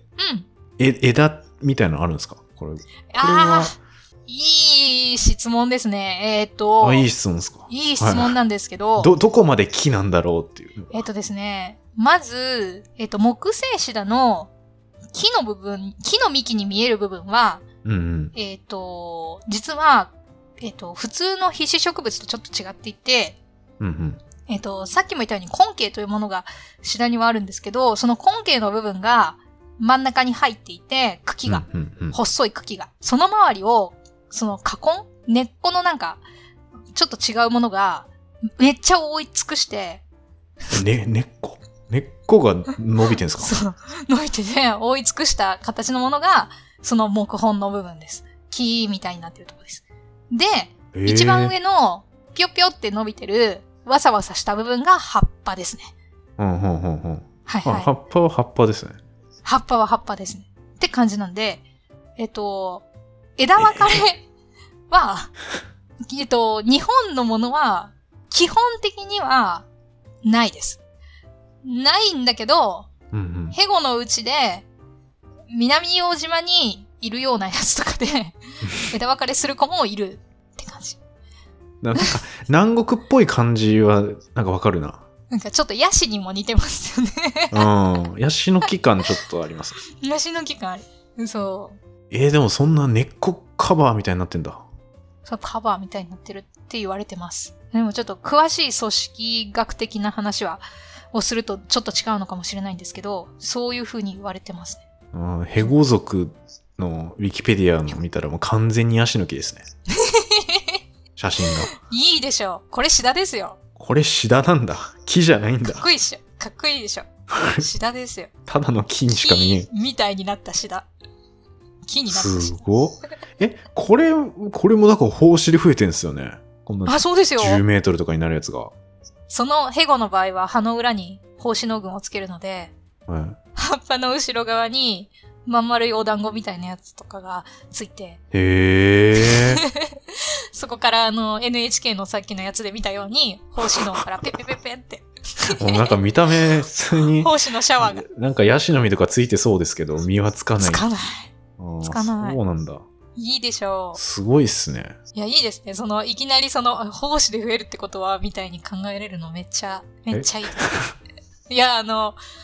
うん。 え、枝みたいなのあるんですかこれ。これああ、いい質問ですね。えっ、ー、と。 あ、いい質問ですか。 いい質問なんですけど。 はい、ど、どこまで木なんだろうっていう。 えっ、ー、とですね。まず、えっ、ー、と、木製紙だの、木の部分、木の幹に見える部分は、 うんうん、 えっ、と、実は、えっ、と、普通の被子植物とちょっと違っていて、 うんうん、 えっ、と、さっきも言ったように根茎というものがシダにはあるんですけど、その根茎の部分が真ん中に入っていて、茎が、うんうんうん、細い茎が、その周りを、その花根根っこのなんか、ちょっと違うものが、めっちゃ覆い尽くして、 ね、根っこ根っこが伸びてんすか？ そう。伸びてて、覆い尽くした形のものが、その木本の部分です。木みたいになってるところです。で、一番上の、ぴょぴょって伸びてる、わさわさした部分が葉っぱですね。 うんうんうんうん。 はいはい。 葉っぱは葉っぱですね。 葉っぱは葉っぱですね。って感じなんで、えっと、枝分かれは、えっと、日本のものは、基本的には、ないです。ないんだけど、 うんうん、 ヘゴのうちで、南洋島にいるようなやつとかで、枝分かれする子もいるって感じ。 なんか、南国っぽい感じは、なんかわかるな。 なんかちょっとヤシにも似てますよね。 うん。ヤシの木感ちょっとあります。 ヤシの木感ある。そう。 えー、でもそんな根っこカバーみたいになってんだ。 そう、カバーみたいになってるって言われてます。でもちょっと詳しい組織学的な話は、をするとちょっと違うのかもしれないんですけど、そういう風に言われてますね。 うん、ヘゴ族のウィキペディアの見たらもう完全にヤシの木ですね。写真が。 いいでしょ。これシダですよ。 これシダなんだ。木じゃないんだ。 かっこいいっしょ。かっこいいでしょ。シダですよ。 ただの木にしか見えん。 木みたいになったシダ。木になったシダ。 すごっ。え、これ、これもだから胞子で増えてんすよね。こんなあ、そうですよ。 じゅうメートルとかになるやつが。 そのヘゴの場合は葉の裏に胞子の群をつけるので、 はい、 葉っぱの後ろ側にまん丸いお団子みたいなやつとかがついて、 へーそこからあの エヌエイチケー のさっきのやつで見たように胞子のからペペペペってもうなんか見た目普通に胞子のシャワーがなんかヤシの実とかついてそうですけど実はつかない。 つかない。つかない。 そうなんだ。 いいでしょう。 すごいっすね。 いや、いいですね。その、いきなりその、胞子で増えるってことは、みたいに考えれるのめっちゃ、めっちゃいいですね。いや、あの、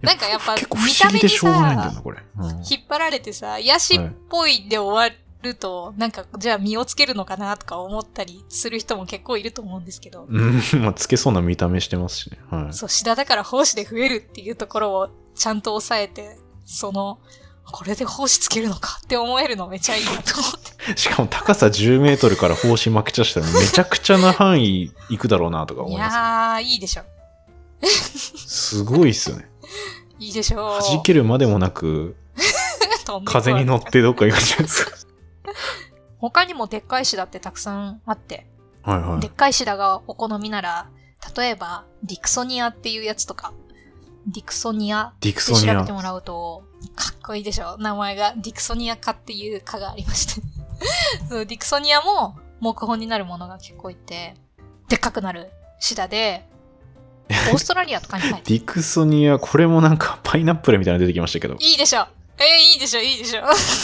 なんかやっぱ結構不思議でしょうがないんだよな、これ。 うん、引っ張られてさ、癒しっぽいで終わると、はい、なんかじゃあ身をつけるのかなとか思ったりする人も結構いると思うんですけど。 うん、まあつけそうな見た目してますしね。はい。 そう、シダだから胞子で増えるっていうところをちゃんと抑えて、その、これで胞子つけるのかって思えるのめちゃいいなと思って。 しかも高さじゅうメートルから胞子まきちゃしたらめちゃくちゃな範囲行くだろうなとか思います、ね。 いやー、いいでしょ。 すごいっすよね。 いいでしょう。 弾けるまでもなく、風に乗ってどっか行くじゃないですか。 他にもでっかいシダってたくさんあって、 はいはい、 でっかいシダがお好みなら、例えば、ディクソニアっていうやつとか、ディクソニアで調べてもらうと、かっこいいでしょ。名前がディクソニア科っていう科がありましてそうディクソニアも木本になるものが結構いて、でっかくなるシダで、オーストラリアとかに入ってディクソニア、これもなんかパイナップルみたいなの出てきましたけど。 いいでしょ。えー、いいでしょ、いいでしょ。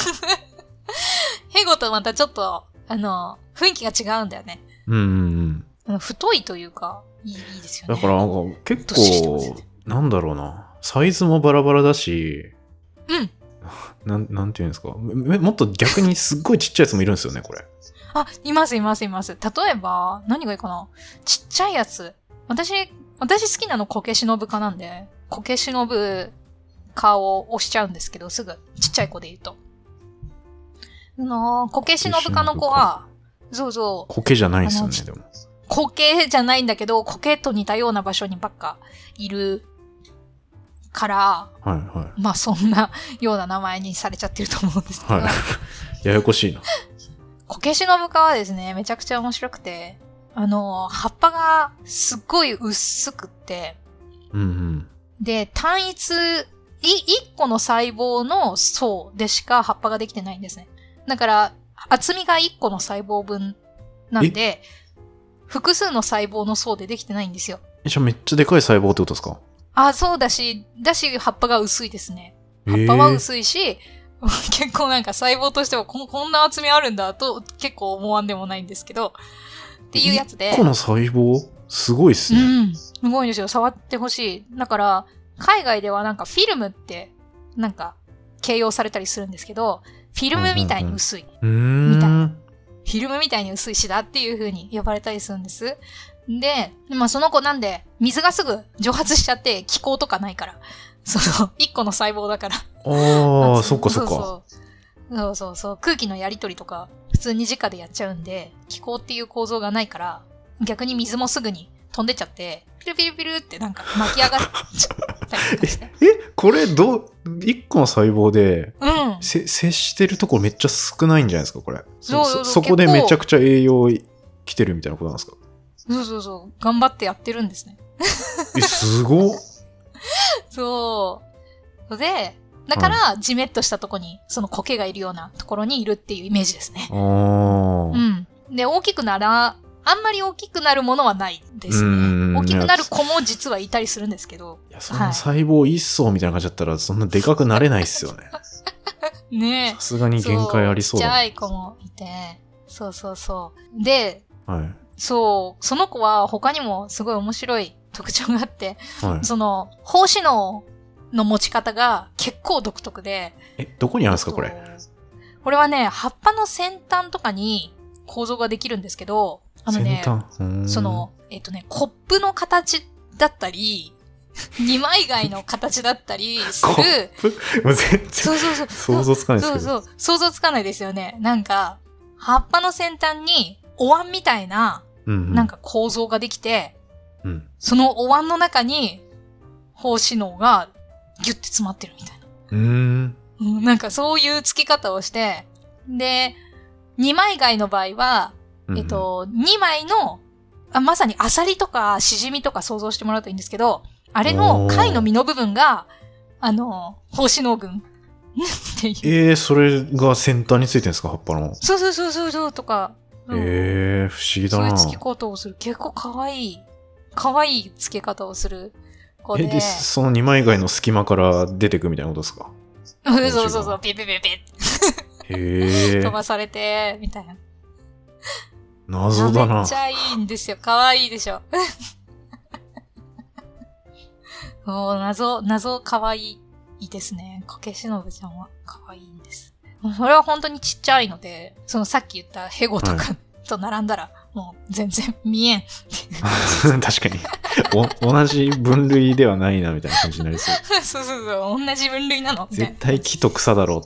ヘゴとまたちょっと、あの、雰囲気が違うんだよね。 うんうんうん。太いというか、いい、いいですよね。 だからなんか結構、なんだろうな。サイズもバラバラだし、 うん。 なん、なんていうんですか。もっと逆にすっごいちっちゃいやつもいるんですよね、これ。 あ、いますいますいます。例えば、何がいいかな。ちっちゃいやつ。私、私好きなのコケシノブ科なんで、コケシノブ科を押しちゃうんですけど、すぐ、ちっちゃい子で言うと。あのー、コケシノブ科の子は、そうそう。 コケじゃないですよね、でも。 コケじゃないんだけど、コケと似たような場所にばっかいるから、 はいはい、 まあそんなような名前にされちゃってると思うんですけど。はい、 ややこしいな。 コケシノブ科はですね、めちゃくちゃ面白くて、あの、葉っぱがすっごい薄くって、 うんうん、 で、単一、い、一個の細胞の層でしか葉っぱができてないんですね。だから、厚みが一個の細胞分なんで、複数の細胞の層でできてないんですよ。 じゃあめっちゃでかい細胞ってことですか？ あ、そうだし、だし葉っぱが薄いですね。葉っぱは薄いし、えー、結構なんか細胞としてはこ、こんな厚みあるんだと結構思わんでもないんですけど、っていうやつで。 一個の細胞すごいっすね。 うん。すごいんですよ。触ってほしい。だから、海外ではなんかフィルムって、なんか、形容されたりするんですけど、フィルムみたいに薄い。 うんうんうん、 みたいな。フィルムみたいに薄いシダっていう風に呼ばれたりするんです。で、まあその子なんで、水がすぐ蒸発しちゃって、気候とかないから。その、一個の細胞だから。 ああ、そっかそっか。 そうそうそうそうそう。空気のやり取りとか、普通に直でやっちゃうんで、気候っていう構造がないから、逆に水もすぐに飛んでっちゃって、ピルピルピルってなんか巻き上がっちゃったりとかして。 え、これどう、一個の細胞で、 うん。 接してるところめっちゃ少ないんじゃないですか、これ。 そうそうそう。 そ、そこでめちゃくちゃ栄養来てるみたいなことなんですか？ そうそうそう。頑張ってやってるんですね。 え、すごっ。 そう。で、だから、ジメッとしたとこに、その苔がいるようなところにいるっていうイメージですね。 あー。 うん。で、大きくなら、あんまり大きくなるものはないですね。大きくなる子も実はいたりするんですけど。 いや、その細胞一層みたいな感じだったら、そんなでかくなれないっすよね。 ねえ。 さすがに限界ありそうだ。 ちっちゃい子もいて。そうそうそう。で、 はい、 そう、その子は他にもすごい面白い特徴があって、 はい、 その、胞子のの持ち方が結構独特で。 え、どこにあるんですか、これ。 これはね、葉っぱの先端とかに構造ができるんですけど、あのね、その、えっとね、コップの形だったり、二枚貝の形だったりする。 コップもう全然そうそうそう。 想像つかないですけど。 そうそう。想像つかないですよね。なんか、葉っぱの先端にお椀みたいな、 うんうん、 なんか構造ができて、 うん、そのお椀の中に胞子脳がギュッて詰まってるみたいな。 うーん。 なんかそういう付き方をして、で、二枚貝の場合は、えっと、二枚の、あ、まさにアサリとかシジミとか想像してもらうといいんですけど、あれの貝の実の部分が、あの、胞子脳群っていう。 えー、それが先端についてるんですか、葉っぱの。 そうそうそうそうそうとか。 うん、えー、不思議だな。 そういう付け方をする。結構可愛い、可愛い付け方をする子で。 え、で、その二枚貝の隙間から出てくみたいなことですか？ そうそうそう、ピピピピへー。 飛ばされて、みたいな。 謎だな。 めっちゃいいんですよ。可愛いでしょ。 もう謎、謎可愛いですね。こけしのぶちゃんは可愛いんです。それは本当にちっちゃいので、そのさっき言ったヘゴとか、はい、と並んだら、もう全然見えん。 確かにお。同じ分類ではないなみたいな感じになりそう。 そうそうそう、同じ分類なの。 絶対木と草だろうって。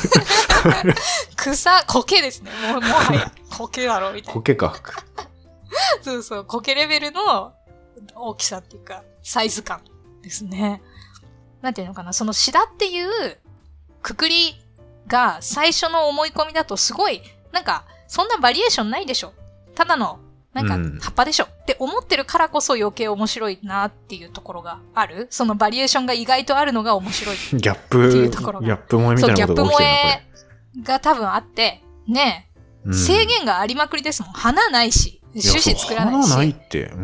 草、苔ですね。もう、もはや苔だろうみたいな。 苔か。 そうそう、苔レベルの大きさっていうか、サイズ感ですね。なんていうのかな、そのシダっていうくくりが最初の思い込みだとすごい、なんか、そんなバリエーションないでしょ。ただの、なんか、葉っぱでしょ、うん、って思ってるからこそ余計面白いなっていうところがある。そのバリエーションが意外とあるのが面白いっていうところが。 ギャップ萌えみたいなことが起きてるな、これ。 ギャップ萌えが多分あって、ねえ、うん、制限がありまくりですもん。花ないし、種子作らないし。 花ないって。うん。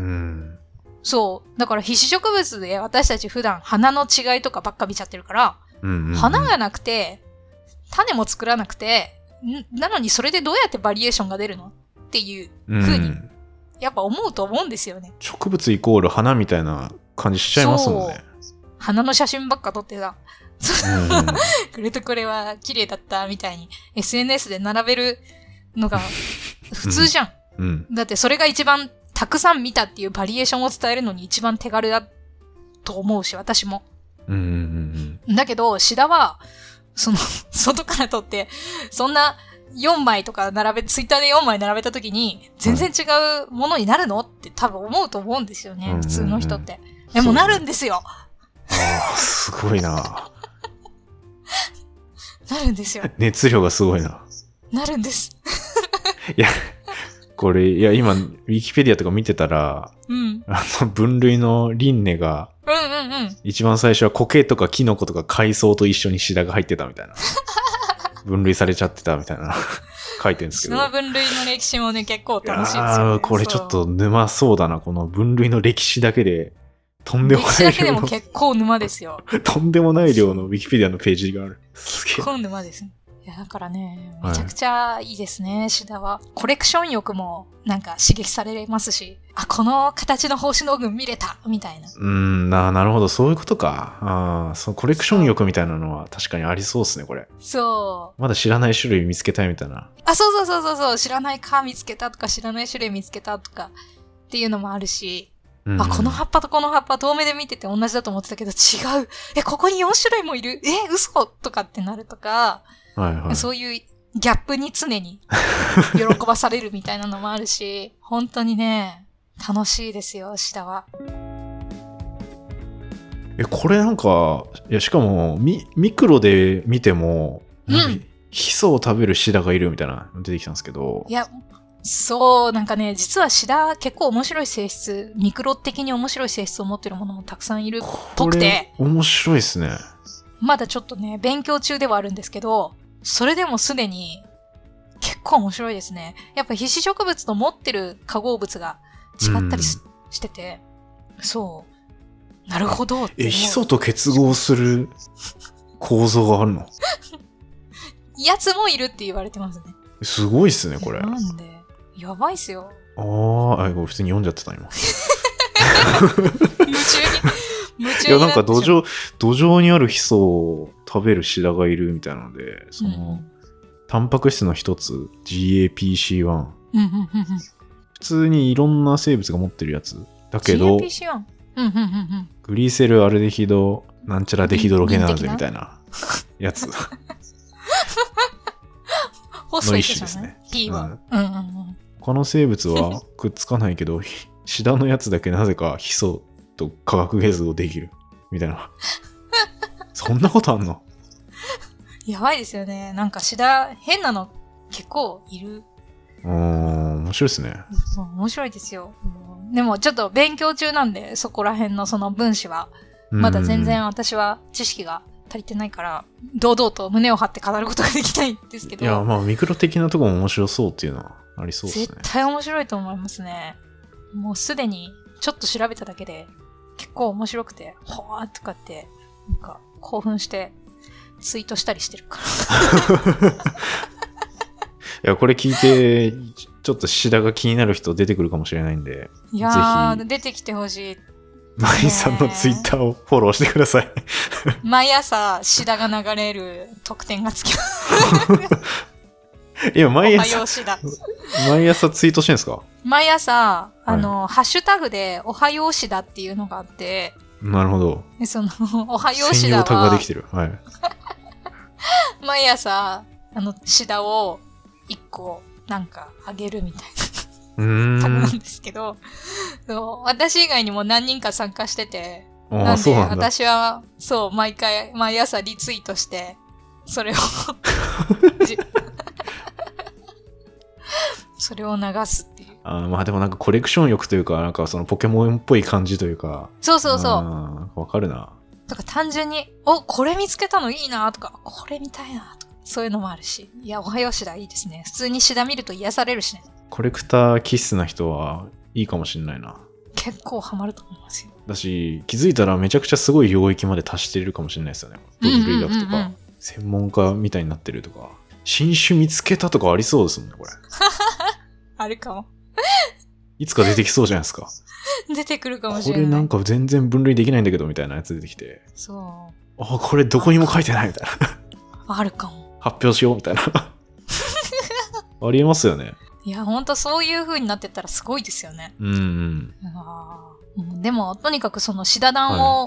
そう。だから被子植物で私たち普段花の違いとかばっか見ちゃってるから、うんうんうん、花がなくて、種も作らなくて、なのにそれでどうやってバリエーションが出るのっていう風に、やっぱ思うと思うんですよね。 植物イコール花みたいな感じしちゃいますもんね。 花の写真ばっか撮ってさ、うん、これとこれは綺麗だったみたいに エスエヌエス で並べるのが普通じゃん。うんうん、だってそれが一番たくさん見たっていうバリエーションを伝えるのに一番手軽だと思うし、私も。 うんうんうん、 だけど、シダは、その、外から撮って、そんなよんまいとか並べ、ツイッターでよんまい並べた時に、全然違うものになるのって多分思うと思うんですよね、うんうんうん、普通の人って。でもなるんですよ。 ああ、すごいな。 なるんですよ。 熱量がすごいな。 なるんです。 いや、これ、いや、今、ウィキペディアとか見てたら、うん、あの、分類の輪廻が、 うんうんうん、 一番最初は苔とかキノコとか海藻と一緒にシダが入ってたみたいな。分類されちゃってたみたいな書いてるんですけど。 その分類の歴史もね、結構楽しいですよね。 ああ、これちょっと沼そうだな。この分類の歴史だけで、とんでもない量の。歴史だけでも結構沼ですよ。 とんでもない量のウィキペディアのページがある。 すげえ。結構沼ですね。いや、だからね、めちゃくちゃいいですね、はい、シダは。コレクション欲もなんか刺激されますし、あ、この形の胞子の群見れたみたいな。 うーん、な、なるほど、そういうことか。ああ、そのコレクション欲みたいなのは確かにありそうですね、これ。 そう。 まだ知らない種類見つけたいみたいな。 あ、そうそうそうそうそう、知らない蚊見つけたとか、知らない種類見つけたとかっていうのもあるし、うんうん、あ、この葉っぱとこの葉っぱ遠目で見てて同じだと思ってたけど違う。え、ここによん種類もいる。え、嘘とかってなるとか、 はいはい、 そういうギャップに常に喜ばされるみたいなのもあるし、本当にね、楽しいですよ、シダは。 え、これなんか、いや、しかも、ミ、ミクロで見ても、うん、ヒ素を食べるシダがいるみたいなの出てきたんですけど。 いや、そう、なんかね、実はシダ結構面白い性質、ミクロ的に面白い性質を持ってるものもたくさんいるっぽくて。 面白いですね。 まだちょっとね、勉強中ではあるんですけど、それでもすでに結構面白いですね。やっぱ被子植物と持ってる化合物が違ったり し,、うん、してて、そう。なるほどって。 え、ヒ素と結合する構造があるの？ やつもいるって言われてますね。 すごいっすね、これ。 なんでやばいっすよ。 あー、あ、普通に読んじゃってた、今。 夢中に。夢中にいや、なんか土壌、土壌にあるヒ素を食べるシダがいるみたいなので、その、うん、タンパク質の一つ、ジーエーピーシーワン、 うんうんうんうん。 普通にいろんな生物が持ってるやつ。だけど、 ジーエーピーシーワン、うんうんうんうん、 グリセルアルデヒド、なんちゃらデヒドロゲナーゼみたいなやつの一種ですね。 P は。うんうんうん。 他の生物はくっつかないけど、シダのやつだけなぜかヒ素と化学結合できるみたいな。そんなことあんの？ やばいですよね。なんかシダ変なの結構いる。 うーん、面白いですね。 面白いですよ。でもちょっと勉強中なんで、そこら辺のその分子はまだ全然私は知識が足りてないから、堂々と胸を張って語ることができないんですけど。 いや、まあミクロ的なところも面白そうっていうのはありそうですね。 絶対面白いと思いますね。もうすでにちょっと調べただけで結構面白くて、ほわーとかってなんか興奮してツイートしたりしてるから。 いや、これ聞いてちょっとシダが気になる人出てくるかもしれないんで、 いやー、ぜひ出てきてほしい。 マイさんのツイッターをフォローしてください。 毎朝、シダが流れる特典がつきます。 いや、毎朝、 おはようシダ。 毎朝ツイートしてんですか？ 毎朝、あの、はい、ハッシュタグで、おはようシダっていうのがあって、 なるほど。 でその、おはようシダは、 専用タグができてる。はい。 毎朝、あの、シダを一個、なんか、あげるみたいな。 うーんタグなんですけど、そう私以外にも何人か参加してて、 あ、そうなんだ。 私はそう毎回毎朝リツイートしてそれをそれを流すっていう。 あ、まあでもなんかコレクション欲というか、なんかそのポケモンっぽい感じというか。 そうそうそう。 わかるな。 とか単純におこれ見つけたのいいなとかこれ見たいなとかそういうのもあるし、いやおはようシダいいですね。普通にシダ見ると癒されるしね。 コレクター気質な人はいいかもしれないな。 結構ハマると思いますよ。 だし気づいたらめちゃくちゃすごい領域まで達しているかもしれないですよね。分類学とか、うんうんうんうん、専門家みたいになってるとか、新種見つけたとかありそうですもんね、これ。 あるかも。 いつか出てきそうじゃないですか。 出てくるかもしれない。 これなんか全然分類できないんだけどみたいなやつ出てきて。 そう。 あ、これどこにも書いてないみたいな。あるかも。 発表しようみたいな。ありえますよね。 いや、ほんとそういう風になってったらすごいですよね。 うんうん。 あでも、とにかくそのシダダンを、はい、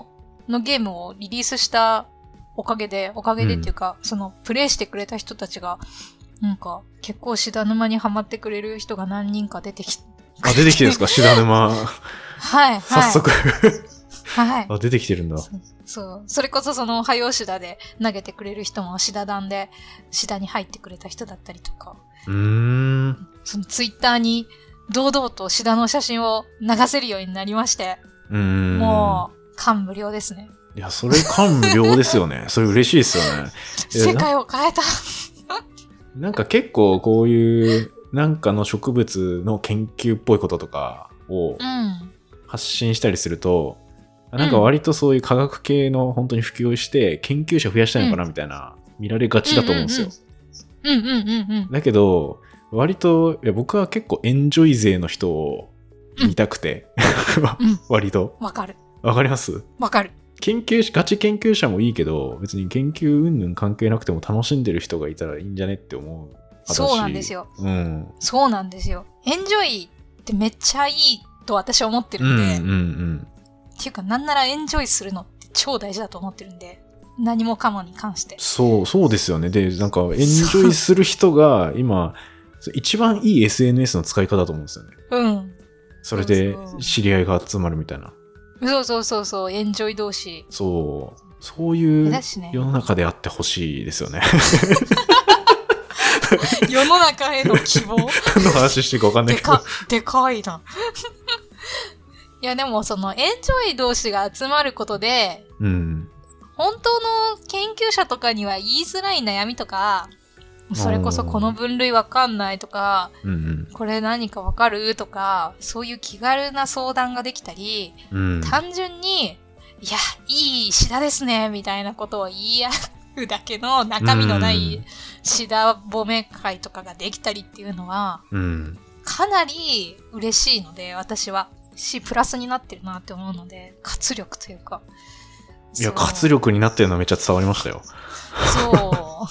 のゲームをリリースしたおかげで、おかげでっていうか、うん、そのプレイしてくれた人たちが、なんか結構シダ沼にハマってくれる人が何人か出てきて。 あ、出てきてるんですか、シダ沼。 はい、 早速。 はい。 あ、出てきてるんだ。 そう。そうそれこそその、はよシダで投げてくれる人もシダダンで、シダに入ってくれた人だったりとか。 うーん。 そのツイッターに堂々とシダの写真を流せるようになりまして。 うーん。 もう、感無量ですね。 いや、それ感無量ですよね。それ嬉しいですよね。 世界を変えた。 なんか結構こういう、なんかの植物の研究っぽいこととかを発信したりすると、うん、なんか割とそういう科学系の本当に普及して研究者増やしたいのかなみたいな、見られがちだと思うんですよ。 うんうんうんうん。 だけど、割と、いや僕は結構エンジョイ勢の人を見たくて、うん、割と。 わかる。 わかります？ わかる。 研究者、ガチ研究者もいいけど、別に研究云々関係なくても楽しんでる人がいたらいいんじゃねって思う。 そうなんですよ。 うん。 そうなんですよ。エンジョイってめっちゃいいと私は思ってるんで。 うんうんうん。 っていうか、なんならエンジョイするのって超大事だと思ってるんで。何もかもに関して。 そう、そうですよね。で、なんかエンジョイする人が今、一番いい エスエヌエス の使い方だと思うんですよね。 うん。 それで知り合いが集まるみたいな。 そうそうそうそう、エンジョイ同士。 そう。そういう世の中であってほしいですよね。 世の中への希望の話していいか分かんないけど。 でか、でかいな。いやでもそのエンジョイ同士が集まることで、 うん、 本当の研究者とかには言いづらい悩みとか、それこそこの分類わかんないとか、 うんうん、 これ何かわかるとか、そういう気軽な相談ができたり、 うん、 単純に、いや、いいシダですね、みたいなことを言い合うだけの中身のないシダ褒め会とかができたりっていうのは、 うん、 かなり嬉しいので、私は。し、プラスになってるなって思うので、活力というか。 いや、活力になってるのはめっちゃ伝わりましたよ。 そう。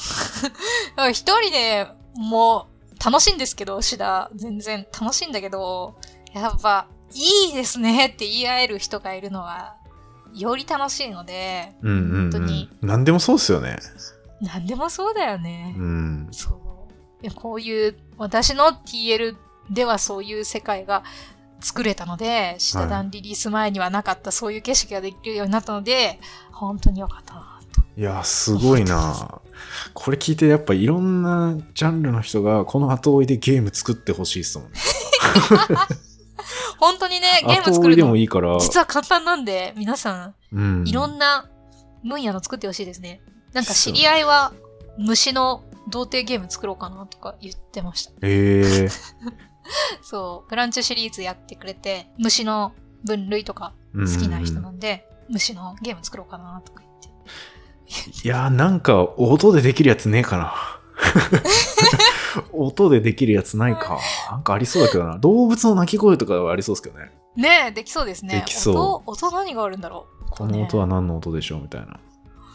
一人でもう楽しいんですけど、シダ、全然楽しいんだけど、やっぱ、いいですねって言い合える人がいるのは、より楽しいので、 うんうんうん、 本当に。 何でもそうですよね。 何でもそうだよね。 うん、 そう。いや、こういう、私の ティーエル ではそういう世界が作れたので、シダダンリリース前にはなかったそういう景色ができるようになったので、本当に良かったなと。 いや、すごいな。これ聞いてやっぱいろんなジャンルの人がこの後追いでゲーム作ってほしいですもんね。 本当にね、ゲーム作るの実は簡単なんで、皆さん、 うん、 いろんな分野の作ってほしいですね。なんか知り合いは虫の童貞ゲーム作ろうかなとか言ってました。 へー。 そう、ブランチシリーズやってくれて、虫の分類とか好きな人なんで、うんうん、虫のゲーム作ろうかなとか言って。 いやー、なんか音でできるやつねえかな。音でできるやつないか。なんかありそうだけどな。動物の鳴き声とかはありそうですけどね。 ねえ、できそうですね。 できそう。 音、音何があるんだろう。 この音は何の音でしょうみたいな。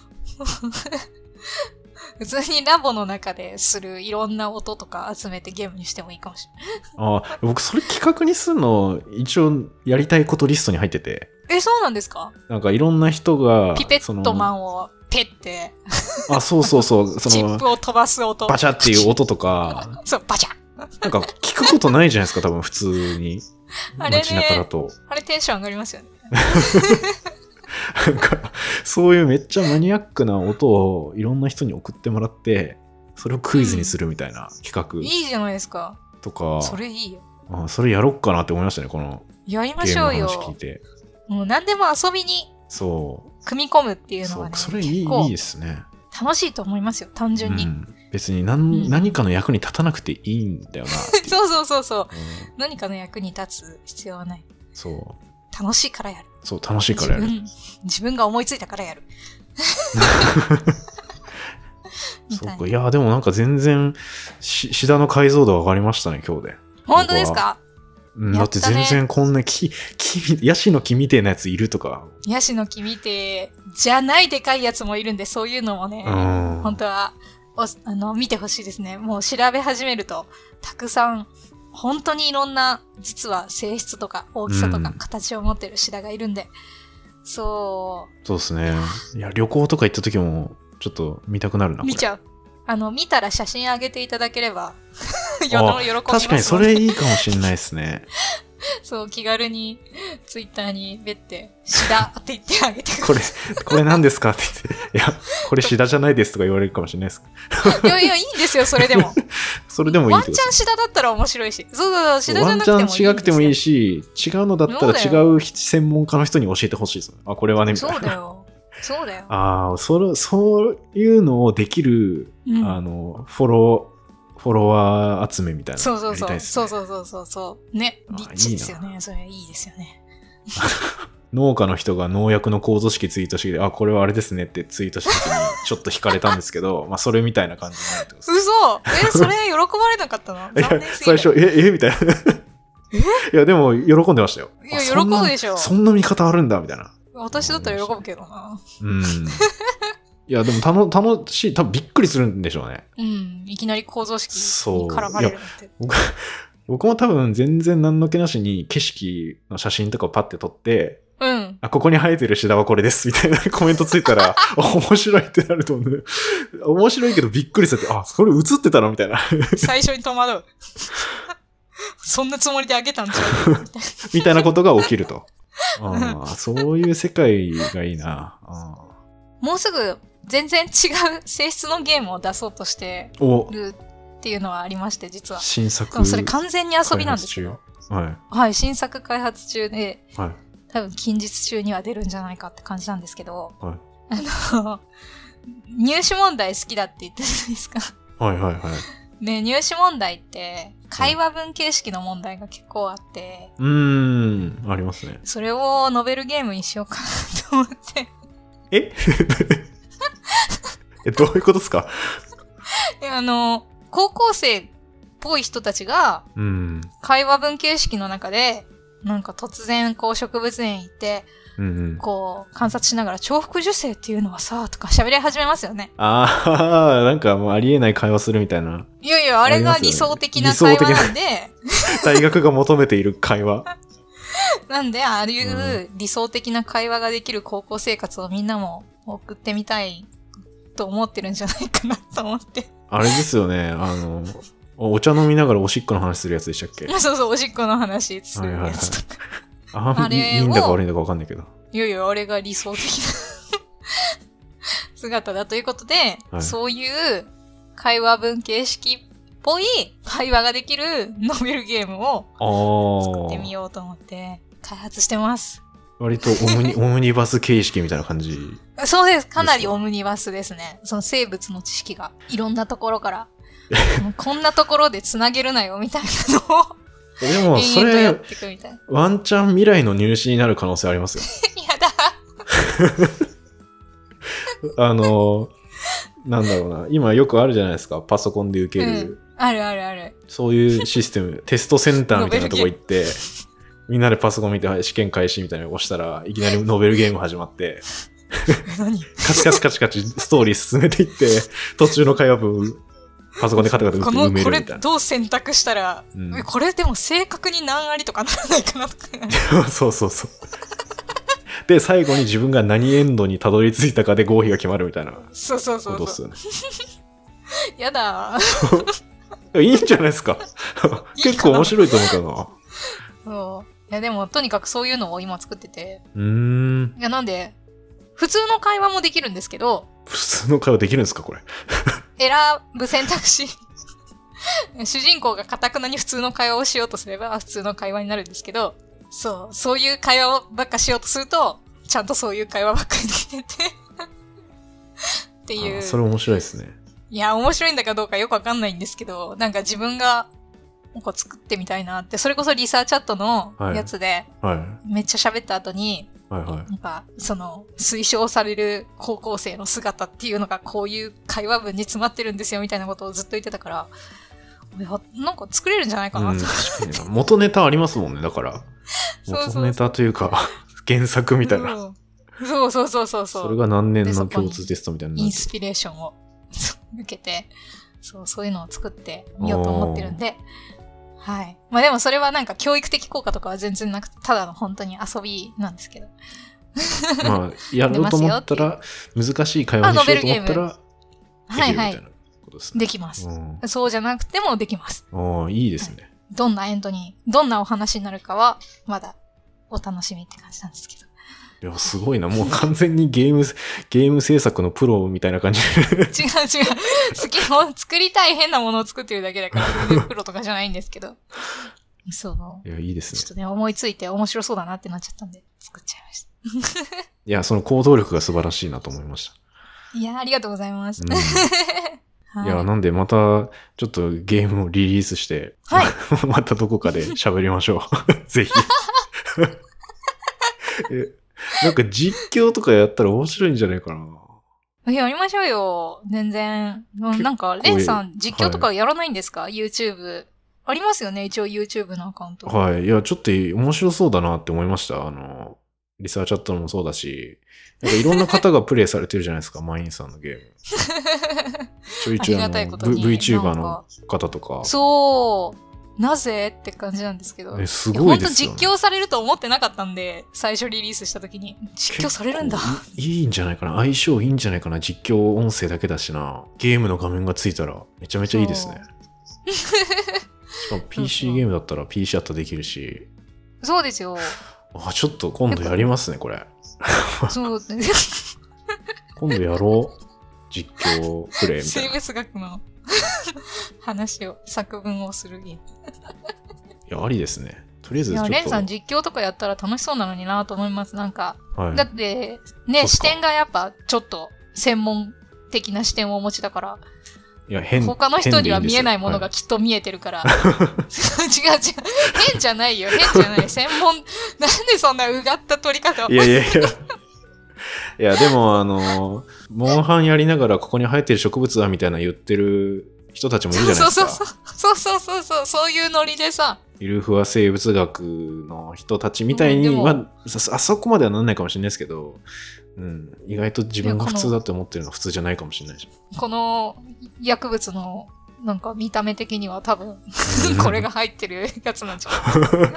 普通にラボの中でするいろんな音とか集めてゲームにしてもいいかもしれない。 あ、僕それ企画にするの一応やりたいことリストに入ってて。 え、そうなんですか？ なんかいろんな人がピペットマンをペッてあ、そうそうそう、そのチップを飛ばす音、 バチャっていう音とか、 そうバチャなんか聞くことないじゃないですか、多分普通に街中だと。 あれテンション上がりますよね。 なんかそういうめっちゃマニアックな音をいろんな人に送ってもらってそれをクイズにするみたいな企画、 うん、いいじゃないですか。 とかそれいいよ。 あ、それやろっかなって思いましたね、このやりましょうよ。 ゲームの話聞いて。 もう何でも遊びにそう組み込むっていうのはね、 そ, それいいいいですね。 楽しいと思いますよ、単純に、うん、 別に 何,、うん、何かの役に立たなくていいんだよなそうそうそうそう、うん、何かの役に立つ必要はない。 そう楽しいからやる。 そう楽しいからやる。 自分、自分が思いついたからやる。 そうか。いやでもなんか全然しシダの解像度上がりましたね、今日で。 本当ですか？ うん、だって全然こんな木、木、ヤシの木みてえなやついるとか。 ヤシの木みてえじゃないでかいやつもいるんで、そういうのもね、本当はおあの見てほしいですね。もう調べ始めるとたくさん本当にいろんな実は性質とか大きさとか形を持ってるシダがいるんで、うん、そうそうですね。いや旅行とか行った時もちょっと見たくなるな。 見ちゃう。あの見たら写真あげていただければ喜びます。 確かにそれいいかもしれないですね。 そう気軽にツイッターにべってシダって言ってあげてこれこれ何ですかって言って、いやこれシダじゃないですとか言われるかもしれないです。 いやいやいいんですよ、それでも。 それでもいい。 ワンチャンシダだったら面白いし、そうそうそうシダじゃなくてもいいんですよ。 ワンチャン違くてもいいし、違うのだったら違う専門家の人に教えてほしいです。あこれはねみたいな。 そうだよ。そうだよ。 ああ、それそういうのをできる、うん、あのフォローフォロワー集めみたいな、ね。 そうそうそう。そうそうそうそうそうね、リッチですよね。いいそれいいですよね。 農家の人が農薬の構造式ツイートして、あこれはあれですねってツイートした時にちょっと惹かれたんですけど、まあそれみたいな感じになってます。 嘘？えそれ喜ばれなかったの？残念すぎる。 最初ええみたいな。えいやでも喜んでましたよ。 いや喜ぶでしょ。 そんな見方あるんだみたいな。 私だったら喜ぶけどな。 うん。いやでもたの楽しい、多分びっくりするんでしょうね。 うん、いきなり構造式に絡まれるって。 僕, 僕も多分全然何の気なしに景色の写真とかをパッて撮って、 うん、 あここに生えてるシダはこれですみたいなコメントついたら面白いってなると思うんで、面白いけどびっくりするって、あそれ映ってたのみたいな。 最初に戸惑う。そんなつもりであげたんちゃうみたいなことが起きると。あそういう世界がいいな。あもうすぐ全然違う性質のゲームを出そうとしてるっていうのはありまして、実は新作それ完全に遊びなんですよ。 はい、 はい、新作開発中で、 はい、 多分近日中には出るんじゃないかって感じなんですけど、 はい、 あの入試問題好きだって言ってるじゃないですか。 はいはいはい。 ね、入試問題って会話文形式の問題が結構あって、 うーん、ありますね。 それをノベルゲームにしようかなと思って。 ええ、どういうことですか？ いや、あの、高校生っぽい人たちが、 うん、 会話文形式の中で、なんか突然こう植物園行って、 うんうん、 こう観察しながら重複受精っていうのはさとか喋り始めますよね。 ああ、なんかもうありえない会話するみたいな。 いやいや、あれが理想的な会話なんで、 大学が求めている会話なんで、ああいう理想的な会話ができる高校生活をみんなも送ってみたいと思ってるんじゃないかなと思って。 あれですよね、あのお茶飲みながらおしっこの話するやつでしたっけ？ そうそう、おしっこの話するやつとか。 はいはいはい、あ, あれいいんだか悪いんだか分かんないけど。 いやいや、あれが理想的な姿だということで、はい、そういう会話文形式っぽい会話ができるノベルゲームを作ってみようと思って開発してます。 割とオムニ、オムニバス形式みたいな感じ。 そうです。かなりオムニバスですね。その生物の知識がいろんなところからこんなところでつなげるなよみたいなのをでもそれワンチャン未来の入試になる可能性ありますよ。 やだあのなんだろうな、今よくあるじゃないですか、パソコンで受ける、 うん、あるあるある、 そういうシステムテストセンターみたいなとこ行ってみんなでパソコン見て試験開始みたいなのを押したらいきなりノベルゲーム始まって何カチカチカチカチストーリー進めていって途中の会話文パソコンでカタカタ打って埋めるみたいな。 これどう選択したら、うん、これでも正確に何ありとかならないかなとかそうそうそうで最後に自分が何エンドにたどり着いたかで合否が決まるみたいな。 そうそうそうそう、ね、やだいいんじゃないですか結構面白いと思うけどな。 そういやでもとにかくそういうのを今作ってて、 うーんいやなんで普通の会話もできるんですけど。 普通の会話できるんですかこれ選ぶ選択肢主人公が堅くなに普通の会話をしようとすれば普通の会話になるんですけど、そうそういう会話ばっかしようとするとちゃんとそういう会話ばっかりできててっていう。 あそれ面白いですね。 いや面白いんだかどうかよくわかんないんですけど、なんか自分がなんか作ってみたいなって、それこそリサーチャットのやつで、はいはい、めっちゃ喋った後に、はいはい、なんかその推奨される高校生の姿っていうのがこういう会話文に詰まってるんですよみたいなことをずっと言ってたから、いやなんか作れるんじゃないかなって、うん、 確かに元ネタありますもんね。だから元ネタというか原作みたいな、うん、 そうそうそうそうそう。 それが何年の共通テストみたいなインスピレーションを受けて、そうそういうのを作ってみようと思ってるんで、はい。まあでもそれはなんか教育的効果とかは全然なくて、ただの本当に遊びなんですけど。 まあ、やろうと思ったら、難しい会話にしようと思ったら、 はいはい。できます。そうじゃなくてもできます。 ああ、いいですね、はい。 どんなエンドに、どんなお話になるかは、まだお楽しみって感じなんですけど。 いや、すごいな。もう完全にゲーム、ゲーム制作のプロみたいな感じ。違う違う。好きも作りたい変なものを作ってるだけだから、プロとかじゃないんですけど。そう。 いや、いいですね。 ちょっとね、思いついて面白そうだなってなっちゃったんで、作っちゃいました。 いや、その行動力が素晴らしいなと思いました。 いや、ありがとうございます。うんはい、いや、なんでまた、ちょっとゲームをリリースして、はい、またどこかで喋りましょう。ぜひ。えなんか実況とかやったら面白いんじゃないかな。 やりましょうよ。全然。なんか、レンさん、実況とかやらないんですか、はい、?YouTube。ありますよね、一応 YouTube のアカウント。 はい。いや、ちょっと面白そうだなって思いました。あの、リサーチャットもそうだし、なんかいろんな方がプレイされてるじゃないですか、マインさんのゲーム。ちょいちょいあの、v、VTuber の方とか。 そう。なぜって感じなんですけど。 え、すごいですよね。 本当実況されると思ってなかったんで、最初リリースした時に。実況されるんだ。 いいんじゃないかな。相性いいんじゃないかな。実況音声だけだしな。ゲームの画面がついたらめちゃめちゃいいですね。しかも ピーシー ゲームだったら ピーシー アットできるし。 そうですよ。 あ、ちょっと今度やりますね、これ。 そう今度やろう。実況プレイみたいな。 生物学の話を、作文をするゲーム。いや、ありですね。とりあえずちょっと。 いや、レンさん実況とかやったら楽しそうなのになと思います。なんか、はい、だって、ね、視点がやっぱちょっと専門的な視点をお持ちだから、 いや変他の人には見えないものがきっと見えてるから。はい、違う違う。変じゃないよ。変じゃない。専門、なんでそんなうがった取り方を。 いやいやいや。いや、でもあの、モンハンやりながらここに生えてる植物はみたいな言ってる人たちもいるじゃないですか。 そうそうそうそうそう、そういうノリでさ。 ゆるふわ生物学の人たちみたいに、うんまあ、あそこまではなんないかもしれないですけど、うん、意外と自分が普通だって思ってるのは普通じゃないかもしれないし。 この薬物のなんか見た目的には多分これが入ってるやつなんじゃない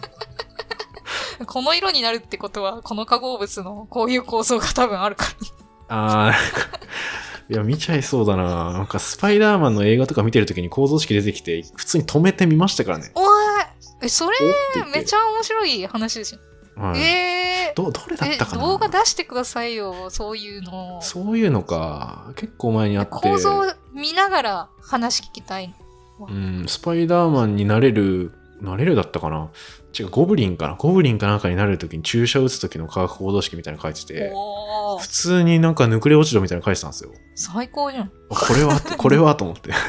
この色になるってことはこの化合物のこういう構造が多分あるからああいや見ちゃいそうだな。なんかスパイダーマンの映画とか見てるときに構造式出てきて普通に止めてみましたからね。 おいそれめちゃ面白い話ですよ、はい、えー、 ど, どれだったかな。 動画出してくださいよ。そういうのそういうのか結構前にあって構造見ながら話聞きたい。 うんスパイダーマンになれるなれるだったかな。違うゴブリンかなゴブリンかなんかになれるときに注射打つときの化学行動式みたいなの書いてて普通になんかヌクレオチドみたいなの書いてたんですよ。 最高じゃん。 これはこれはと思っていや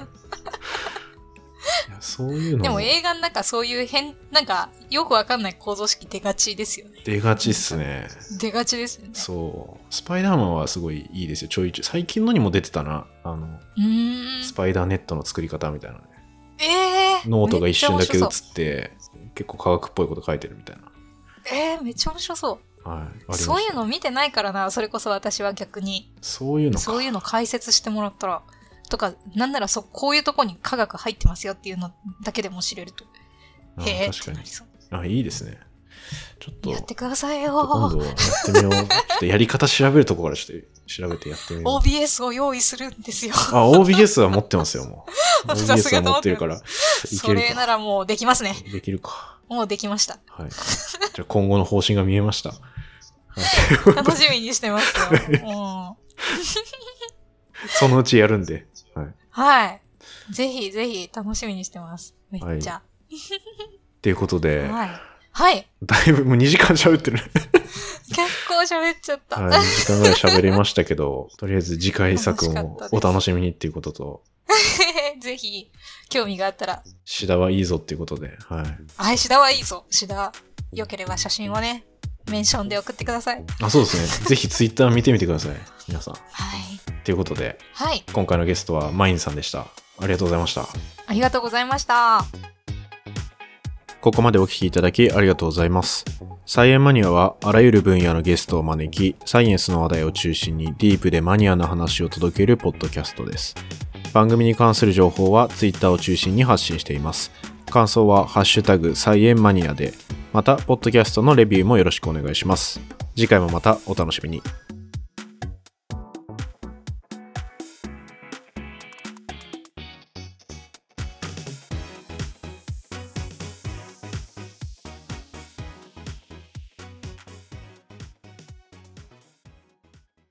そういうのでも映画の中そういう変なんかよくわかんない構造式出がちですよね。 出がちっすね。 出がちですよね。 そうスパイダーマンはすごいいいですよ。ちょいちょい最近のにも出てたなあのうーんスパイダーネットの作り方みたいなね。 えー、 ノートが一瞬だけ映って結構科学っぽいこと書いてるみたいな。 えー、めっちゃ面白そう。 はい、あそういうの見てないからな。それこそ私は逆にそういうのかそういうの解説してもらったらとか、なんならそこういうとこに科学入ってますよっていうのだけでも知れると、へえってなりそう。 あ、いいですね。ちょっとやってくださいよ。 今度やってみよう。ちょっとやり方調べるところからちょっと調べてやってみよう。 オービーエス を用意するんですよ。 あ、オービーエス は持ってますよ、もう。オービーエス は持ってるから。 それならもうできますね。 できるか。 もうできました。 はい。じゃあ今後の方針が見えました。 楽しみにしてますよ。うんそのうちやるんで。はい。 はい。ぜひぜひ楽しみにしてます。めっちゃ。 はい、っていうことで。 はい。はい。 だいぶもうにじかん喋ってる。 結構喋っちゃった。 はい。にじかんぐらい喋りましたけど、とりあえず次回作もお楽しみにっていうことと。 ぜひ、興味があったら。 シダはいいぞっていうことで。はい。 はい、シダはいいぞ。シダ、良ければ写真をね、メンションで送ってください。 あ、そうですね。ぜひツイッター見てみてください。皆さん。 はい。 ということで、 はい。 今回のゲストはマインさんでした。ありがとうございました。 ありがとうございました。 ここまでお聞きいただきありがとうございます。サイエンマニアはあらゆる分野のゲストを招き、サイエンスの話題を中心にディープでマニアな話を届けるポッドキャストです。番組に関する情報はツイッターを中心に発信しています。感想はハッシュタグサイエンマニアで、またポッドキャストのレビューもよろしくお願いします。次回もまたお楽しみに。